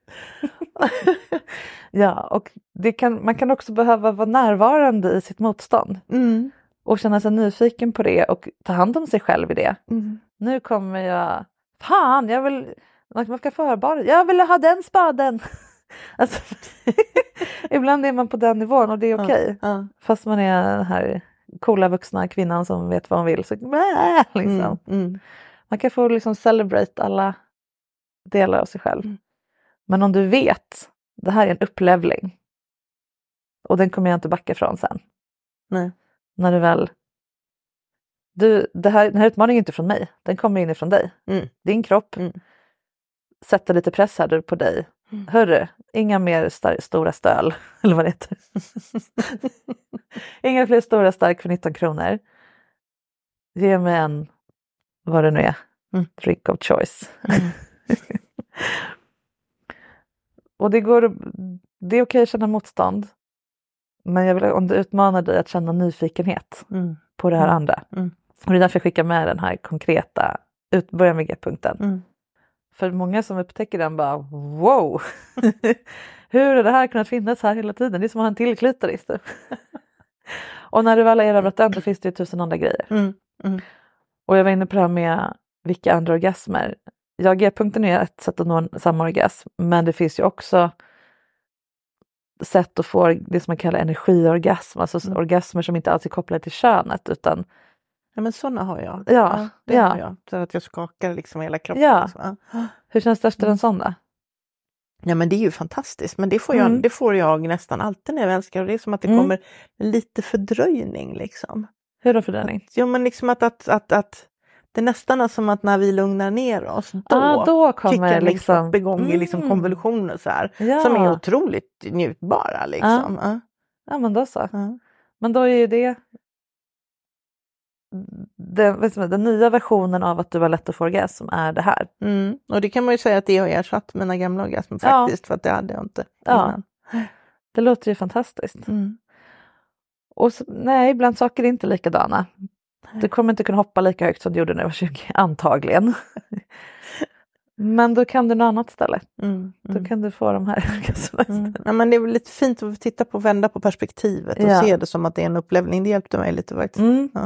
Ja, och det kan, man kan också behöva vara närvarande i sitt motstånd.
Mm.
Och känna sig nyfiken på det och ta hand om sig själv i det.
Mm.
Nu kommer jag, fan, jag vill, Man ska förbarn. Jag vill ha den spaden. Alltså, ibland är man på den nivån och det är okej. Okay.
Ja, ja.
Fast man är den här coola vuxna kvinnan som vet vad hon vill. Så, äh, liksom.
mm, mm.
Man kan få liksom celebrate alla delar av sig själv. Mm. Men om du vet, det här är en upplevling. Och den kommer jag inte backa från sen.
Nej.
När du väl... Du, det här, den här utmaningen är inte från mig. Den kommer inifrån dig.
Mm.
Din kropp.
Mm.
Sätter lite press här på dig. Mm. Hörru, inga mer star- stora stöl. Eller vad det heter. Inga fler stora stark för nitton kronor. Ge mig en, vad det nu är. Mm. Drink of choice. Mm. Och det går, det är okej att känna motstånd. Men jag vill, om du utmanar dig att känna nyfikenhet mm. på det här mm. andra. Mm. Och det är därför jag skickar med den här konkreta, ut, börja med G-punkten. Mm. För många som upptäcker den bara, wow! Hur har det här kunnat finnas här hela tiden? Det är som att ha en till klitoris. Och när du väl har erövrat den, då finns det ju tusen andra grejer. Mm. Mm. Och jag var inne på det här med vilka andra orgasmer. Ja, G-punkten är ett sätt att nå samma orgasm. Men det finns ju också sätt att få det som man kallar energiorgasm. Alltså mm. orgasmer som inte alls är kopplade till könet, utan...
Ja, men sådana har jag.
Ja, ja,
det
ja.
har jag. Så att jag skakar liksom hela kroppen.
Ja.
Liksom.
Hur känns det efter en sån då?
Ja, men det är ju fantastiskt. Men det får jag, mm. det får jag nästan alltid när jag älskar. Och det är som att det mm. kommer lite fördröjning liksom.
Hur då fördröjning?
Att, jo, men liksom att, att, att, att det är nästan som att när vi lugnar ner oss, då,
ah, då kommer
kickar
liksom
kropp igång mm. i liksom konvulsioner så här. Ja. Som är otroligt njutbara liksom.
Ja, ja. ja men då så. Ja. Men då är ju det Den, vet du, den nya versionen av att du har lätt att få orgasm är det här.
Mm. Och det kan man ju säga att det har ersatt mina gamla orgasmer faktiskt. Ja. För att det hade jag inte innan.
Ja. Det låter ju fantastiskt.
Mm.
Och så, nej, ibland saker är inte likadana. Du kommer inte kunna hoppa lika högt som du gjorde när du var tjugo, antagligen. Men då kan du något annat istället. Mm. Mm. Då kan du få de här orgasmerna
mm. Ja, men det är väl lite fint att titta på, vända på perspektivet och ja. se det som att det är en upplevelse. Det hjälpte mig lite faktiskt.
Mm.
Ja.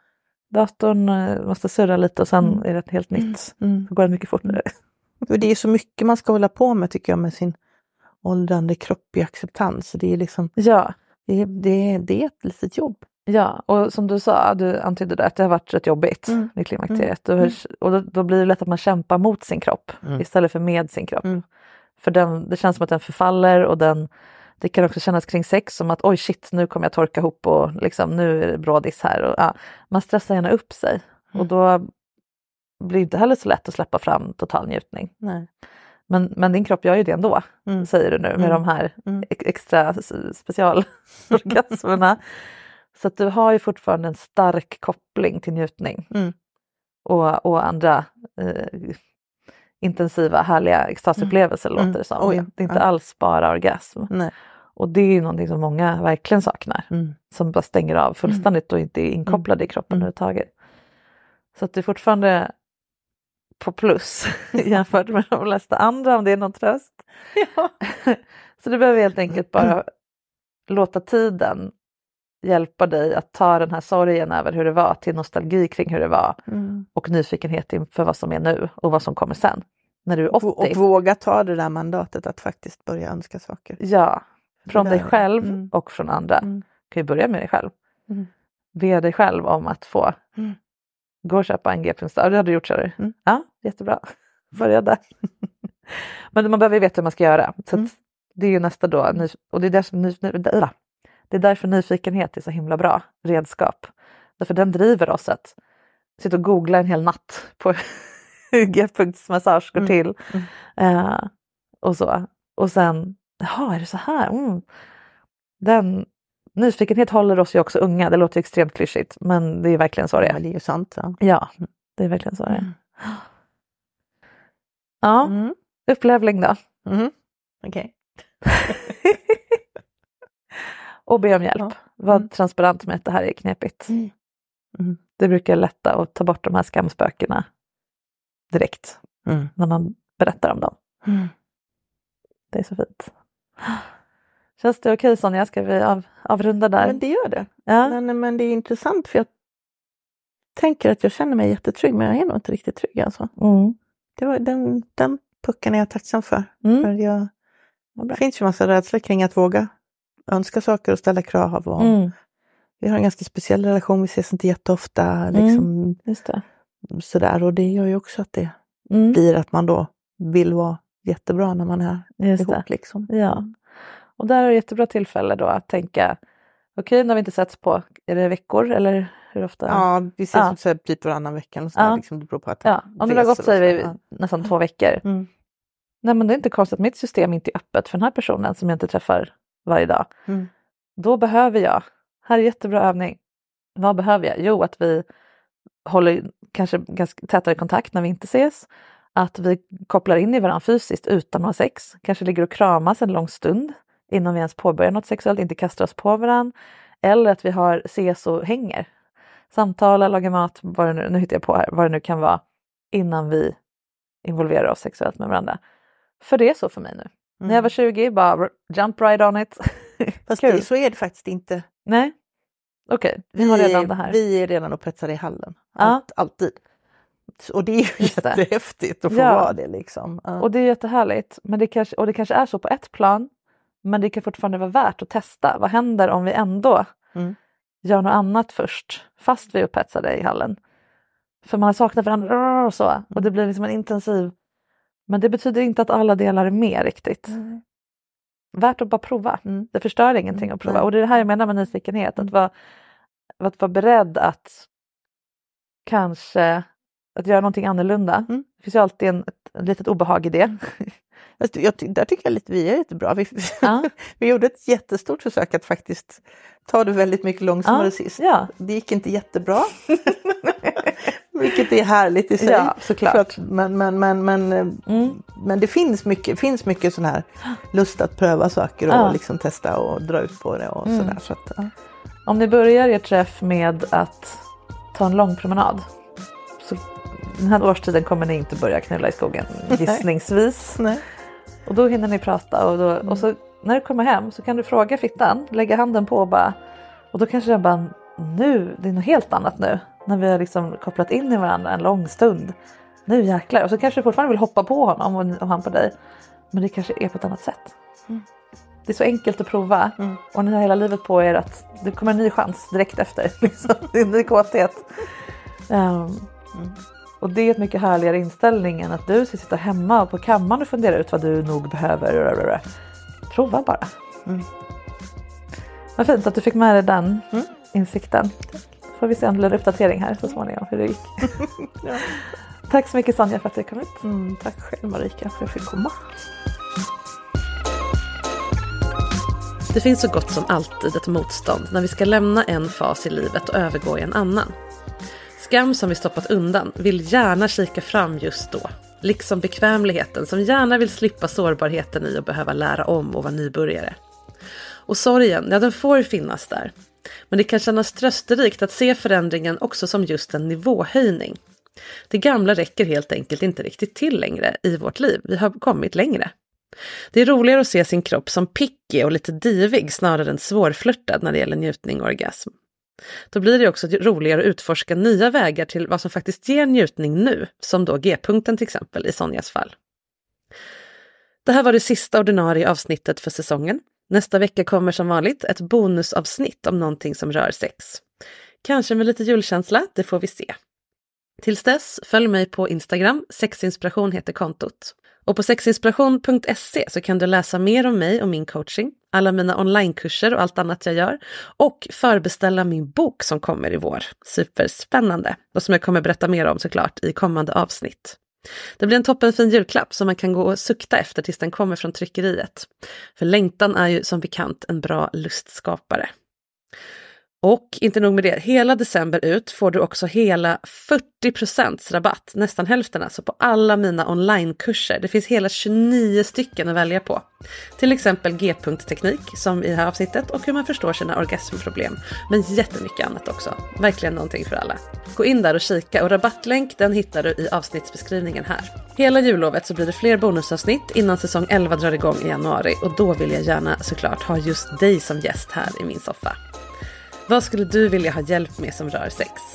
Datorn måste surra lite och sen mm. är det helt nytt. Mm. Då går det mycket fortare.
Mm. Det är så mycket man ska hålla på med tycker jag med sin åldrande kropp i acceptans. Det är liksom,
ja.
det, det, det är ett litet jobb.
Ja, och som du sa, du antydde det, att det har varit rätt jobbigt mm. med klimakteriet. Mm. Och då, då blir det lätt att man kämpar mot sin kropp mm. istället för med sin kropp. Mm. För den, det känns som att den förfaller och den, det kan också kännas kring sex som att oj shit, nu kommer jag torka ihop och liksom, nu är det brådis här. Och, ja, man stressar gärna upp sig mm. och då blir det inte heller så lätt att släppa fram total njutning.
Nej.
Men, men din kropp gör ju det ändå, mm. säger du nu, med mm. de här mm. extra specialorgasmerna. Så att du har ju fortfarande en stark koppling till njutning. Mm. Och, och andra eh, intensiva, härliga extasupplevelser mm. låter det som. Mm. Oh, ja. Det är inte ja. alls bara orgasm. Nej. Och det är ju någonting som många verkligen saknar. Mm. Som bara stänger av fullständigt och inte är inkopplade mm. i kroppen mm. överhuvudtaget. Så att det är fortfarande på plus jämfört med de flesta andra, om det är någon tröst. Ja. Så du behöver helt enkelt bara låta tiden hjälpa dig att ta den här sorgen över hur det var till nostalgi kring hur det var mm. och nyfikenhet inför vad som är nu och vad som kommer sen när du är åttio.
Och våga ta det där mandatet att faktiskt börja önska saker.
Ja, från dig själv mm. och från andra. Mm. Kan ju börja med dig själv. Mm. Be dig själv om att få mm. gå och köpa en G-punkt. Ja, det hade du gjort, så du. Mm. Ja, jättebra. Börja där. Men man behöver ju veta hur man ska göra. Så mm. det är ju nästa då. Och det är där som ny, Det är därför nyfikenhet är så himla bra redskap. Därför den driver oss att sitta och googla en hel natt på hur G-punktsmassage går till. Mm. Mm. Uh, och så. Och sen, jaha, är det så här? Mm. Den nyfikenhet håller oss ju också unga. Det låter extremt klyschigt, men det är verkligen så det är.
Ja, det är ju sant. Ja,
ja det är verkligen så det är.
Mm.
Ja, mm. upplevling då.
Mm. Okej.
Okay. Och be om hjälp. Ja. Var mm. transparent med att det här är knepigt. Mm. Mm. Det brukar lätta att ta bort de här skamspökena direkt. Mm. När man berättar om dem. Mm. Det är så fint. Känns det okej, Sonja? Ska vi av, avrunda där?
Men det gör det.
Ja.
Men, men det är intressant för jag tänker att jag känner mig jättetrygg. Men jag är nog inte riktigt trygg alltså.
Mm.
Det var, den, den pucken är jag tacksam för.
Mm.
för jag, det finns ju massa rädsla kring att våga önska saker och ställa krav. Och
Mm.
Vi har en ganska speciell relation, vi ses inte jätteofta. Liksom,
Mm. Just det.
Sådär, och det gör ju också att det
Mm.
blir att man då vill vara jättebra när man är
Just
ihop.
det.
Liksom.
Ja. Och där är det jättebra tillfälle då att tänka, okej, när vi inte sätts på, är det veckor eller hur ofta?
Ja, vi ses
Ja.
så typ varannan vecka. Och
Ja.
liksom, det beror på att
Ja, om det har gått
reser
säger vi
och så.
nästan två veckor.
Mm.
Nej, men det är inte konstigt att mitt system inte är öppet för den här personen som jag inte träffar varje dag.
Mm.
Då behöver jag, här är jättebra övning. Vad behöver jag? Jo, att vi håller kanske ganska tätare kontakt när vi inte ses. Att vi kopplar in i varandra fysiskt utan att ha sex. Kanske ligger och kramas en lång stund innan vi ens påbörjar något sexuellt, inte kastar oss på varandra. Eller att vi har ses och hänger. Samtala, laga mat, vad det nu, nu hittar jag på här, vad det nu kan vara innan vi involverar oss sexuellt med varandra. För det är så för mig nu.
Mm.
När jag var tjugo, bara jump right on it.
Fast
Kul.
det, så är det faktiskt inte.
Nej, okej, okay. vi
Vi,
har redan
är,
det här.
vi är redan och petsar i hallen.
Ja.
Allt, alltid. Och det är ju
Just det.
jättehäftigt att få
Ja.
vara det. Liksom. Ja.
Och det är jättehärligt. Men det kanske, och det kanske är så på ett plan. Men det kan fortfarande vara värt att testa. Vad händer om vi ändå
Mm.
gör något annat först? Fast vi är upphetsade i hallen. För man har saknat varandra och så. Och det blir liksom en intensiv. Men det betyder inte att alla delar är med riktigt.
Mm.
Värt att bara prova.
Mm.
Det förstör ingenting att prova.
Nej.
Och det är det här jag menar med nyfikenhet. Att vara, att vara beredd att kanske att göra någonting annorlunda.
Mm.
Det finns ju alltid en, ett litet obehag i det.
Fast jag, där tycker jag lite vi är jättebra. Vi,
Ja.
vi gjorde ett jättestort försök att faktiskt ta det väldigt mycket långsammare
Ja.
sist.
Ja.
Det gick inte jättebra. Vilket är härligt i sig.
Ja, såklart.
För att, men, men, men, men,
Mm.
men det finns mycket, finns mycket sån här lust att pröva saker och
Ja.
liksom testa och dra ut på det och
Mm.
sådär. Så att, ja.
Om ni börjar er träff med att ta en lång promenad. Så den här årstiden kommer ni inte börja knulla i skogen gissningsvis.
Nej.
Och då hinner ni prata och, då, och så när du kommer hem så kan du fråga fittan, lägga handen på och bara, och då kanske den bara, nu, det är något helt annat nu. När vi har liksom kopplat in i varandra en lång stund. Nu jäklar. Och så kanske du fortfarande vill hoppa på honom och, och han på dig. Men det kanske är på ett annat sätt.
Mm.
Det är så enkelt att prova.
Mm.
Och ni har hela livet på er att det kommer en ny chans direkt efter. Liksom. Det är en ny kåthet. Um,
Mm.
och det är ett mycket härligare inställning än att du ska sitta hemma och på kammaren och fundera ut vad du nog behöver. Prova bara.
Mm.
Vad fint att du fick med dig den
Mm.
insikten. Får vi se en liten uppdatering här så småningom hur det gick.
Ja.
Tack så mycket Sonja för att du kom hit.
Mm, tack själv Marika för att jag fick komma.
Det finns så gott som alltid ett motstånd när vi ska lämna en fas i livet och övergå i en annan. Skam som vi stoppat undan vill gärna kika fram just då. Liksom bekvämligheten som gärna vill slippa sårbarheten i att behöva lära om och vara nybörjare. Och sorgen, ja den får finnas där. Men det kan kännas trösterikt att se förändringen också som just en nivåhöjning. Det gamla räcker helt enkelt inte riktigt till längre i vårt liv. Vi har kommit längre. Det är roligare att se sin kropp som picky och lite divig snarare än svårflörtad när det gäller njutning och orgasm. Då blir det också roligare att utforska nya vägar till vad som faktiskt ger njutning nu, som då G-punkten till exempel i Sonjas fall. Det här var det sista ordinarie avsnittet för säsongen. Nästa vecka kommer som vanligt ett bonusavsnitt om någonting som rör sex. Kanske med lite julkänsla, det får vi se. Tills dess, följ mig på Instagram, sexinspiration heter kontot. Och på sexinspiration punkt se så kan du läsa mer om mig och min coaching, alla mina onlinekurser och allt annat jag gör. Och förbeställa min bok som kommer i vår. Superspännande. Och som jag kommer berätta mer om såklart i kommande avsnitt. Det blir en toppenfin julklapp som man kan gå och sukta efter tills den kommer från tryckeriet. För längtan är ju som bekant en bra lustskapare. Och inte nog med det, hela december ut får du också hela fyrtio procent rabatt, nästan hälften alltså, på alla mina onlinekurser. Det finns hela tjugonio stycken att välja på. Till exempel G-punktteknik som i det här avsnittet och hur man förstår sina orgasmproblem. Men jättemycket annat också. Verkligen någonting för alla. Gå in där och kika och rabattlänk den hittar du i avsnittsbeskrivningen här. Hela jullovet så blir det fler bonusavsnitt innan säsong elva drar igång i januari och då vill jag gärna såklart ha just dig som gäst här i min soffa. Vad skulle du vilja ha hjälp med som rör sex?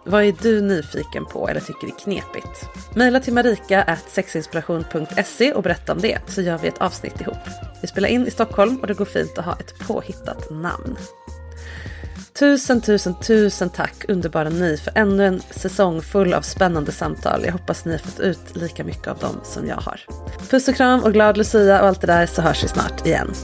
Vad är du nyfiken på eller tycker är knepigt? Maila till marika at sexinspiration punkt se och berätta om det, så gör vi ett avsnitt ihop. Vi spelar in i Stockholm och det går fint att ha ett påhittat namn. Tusen, tusen, tusen tack underbara ni för ännu en säsong full av spännande samtal. Jag hoppas ni har fått ut lika mycket av dem som jag har. Puss och kram och glad Lucia och allt det där, så hörs vi snart igen.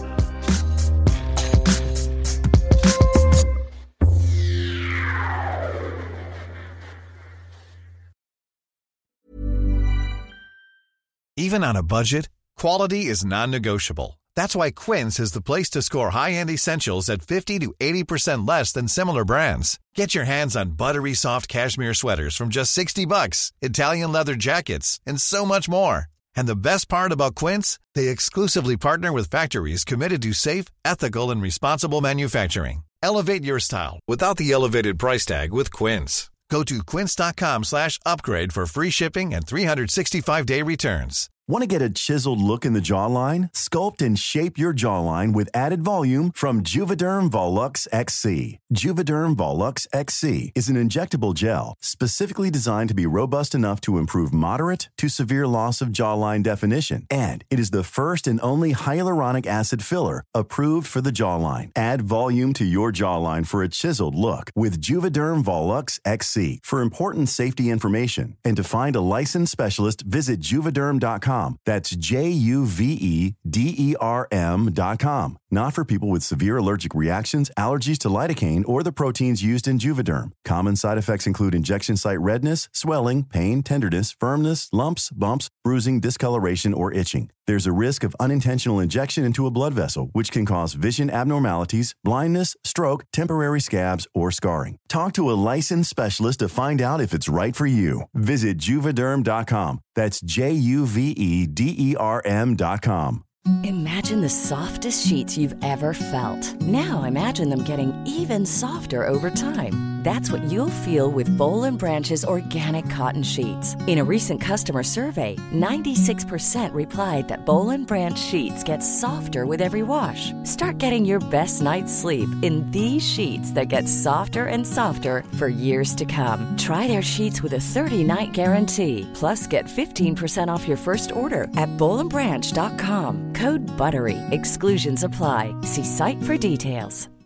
Even on a budget, quality is non-negotiable. That's why Quince is the place to score high-end essentials at fifty to eighty percent less than similar brands. Get your hands on buttery soft cashmere sweaters from just sixty bucks, Italian leather jackets, and so much more. And the best part about Quince, they exclusively partner with factories committed to safe, ethical, and responsible manufacturing. Elevate your style without the elevated price tag with Quince. Go to quince.com slash upgrade for free shipping and three sixty-five day returns.
Want to get a chiseled look in the jawline? Sculpt and shape your jawline with added volume from Juvederm Volux X C. Juvederm Volux X C is an injectable gel specifically designed to be robust enough to improve moderate to severe loss of jawline definition. And it is the first and only hyaluronic acid filler approved for the jawline. Add volume to your jawline for a chiseled look with Juvederm Volux X C. For important safety information and to find a licensed specialist, visit juvederm dot com. That's J U V E D E R M dot com. Not for people with severe allergic reactions, allergies to lidocaine, or the proteins used in Juvederm. Common side effects include injection site redness, swelling, pain, tenderness, firmness, lumps, bumps, bruising, discoloration, or itching. There's a risk of unintentional injection into a blood vessel, which can cause vision abnormalities, blindness, stroke, temporary scabs, or scarring. Talk to a licensed specialist to find out if it's right for you. Visit juvederm dot com. That's J U V E D E R M dot com.
Imagine the softest sheets you've ever felt. Now imagine them getting even softer over time. That's what you'll feel with Boll and Branch's organic cotton sheets. In a recent customer survey, ninety-six percent replied that Boll and Branch sheets get softer with every wash. Start getting your best night's sleep in these sheets that get softer and softer for years to come. Try their sheets with a thirty-night guarantee. Plus, get fifteen percent off your first order at boll and branch dot com. Code BUTTERY. Exclusions apply. See site for details.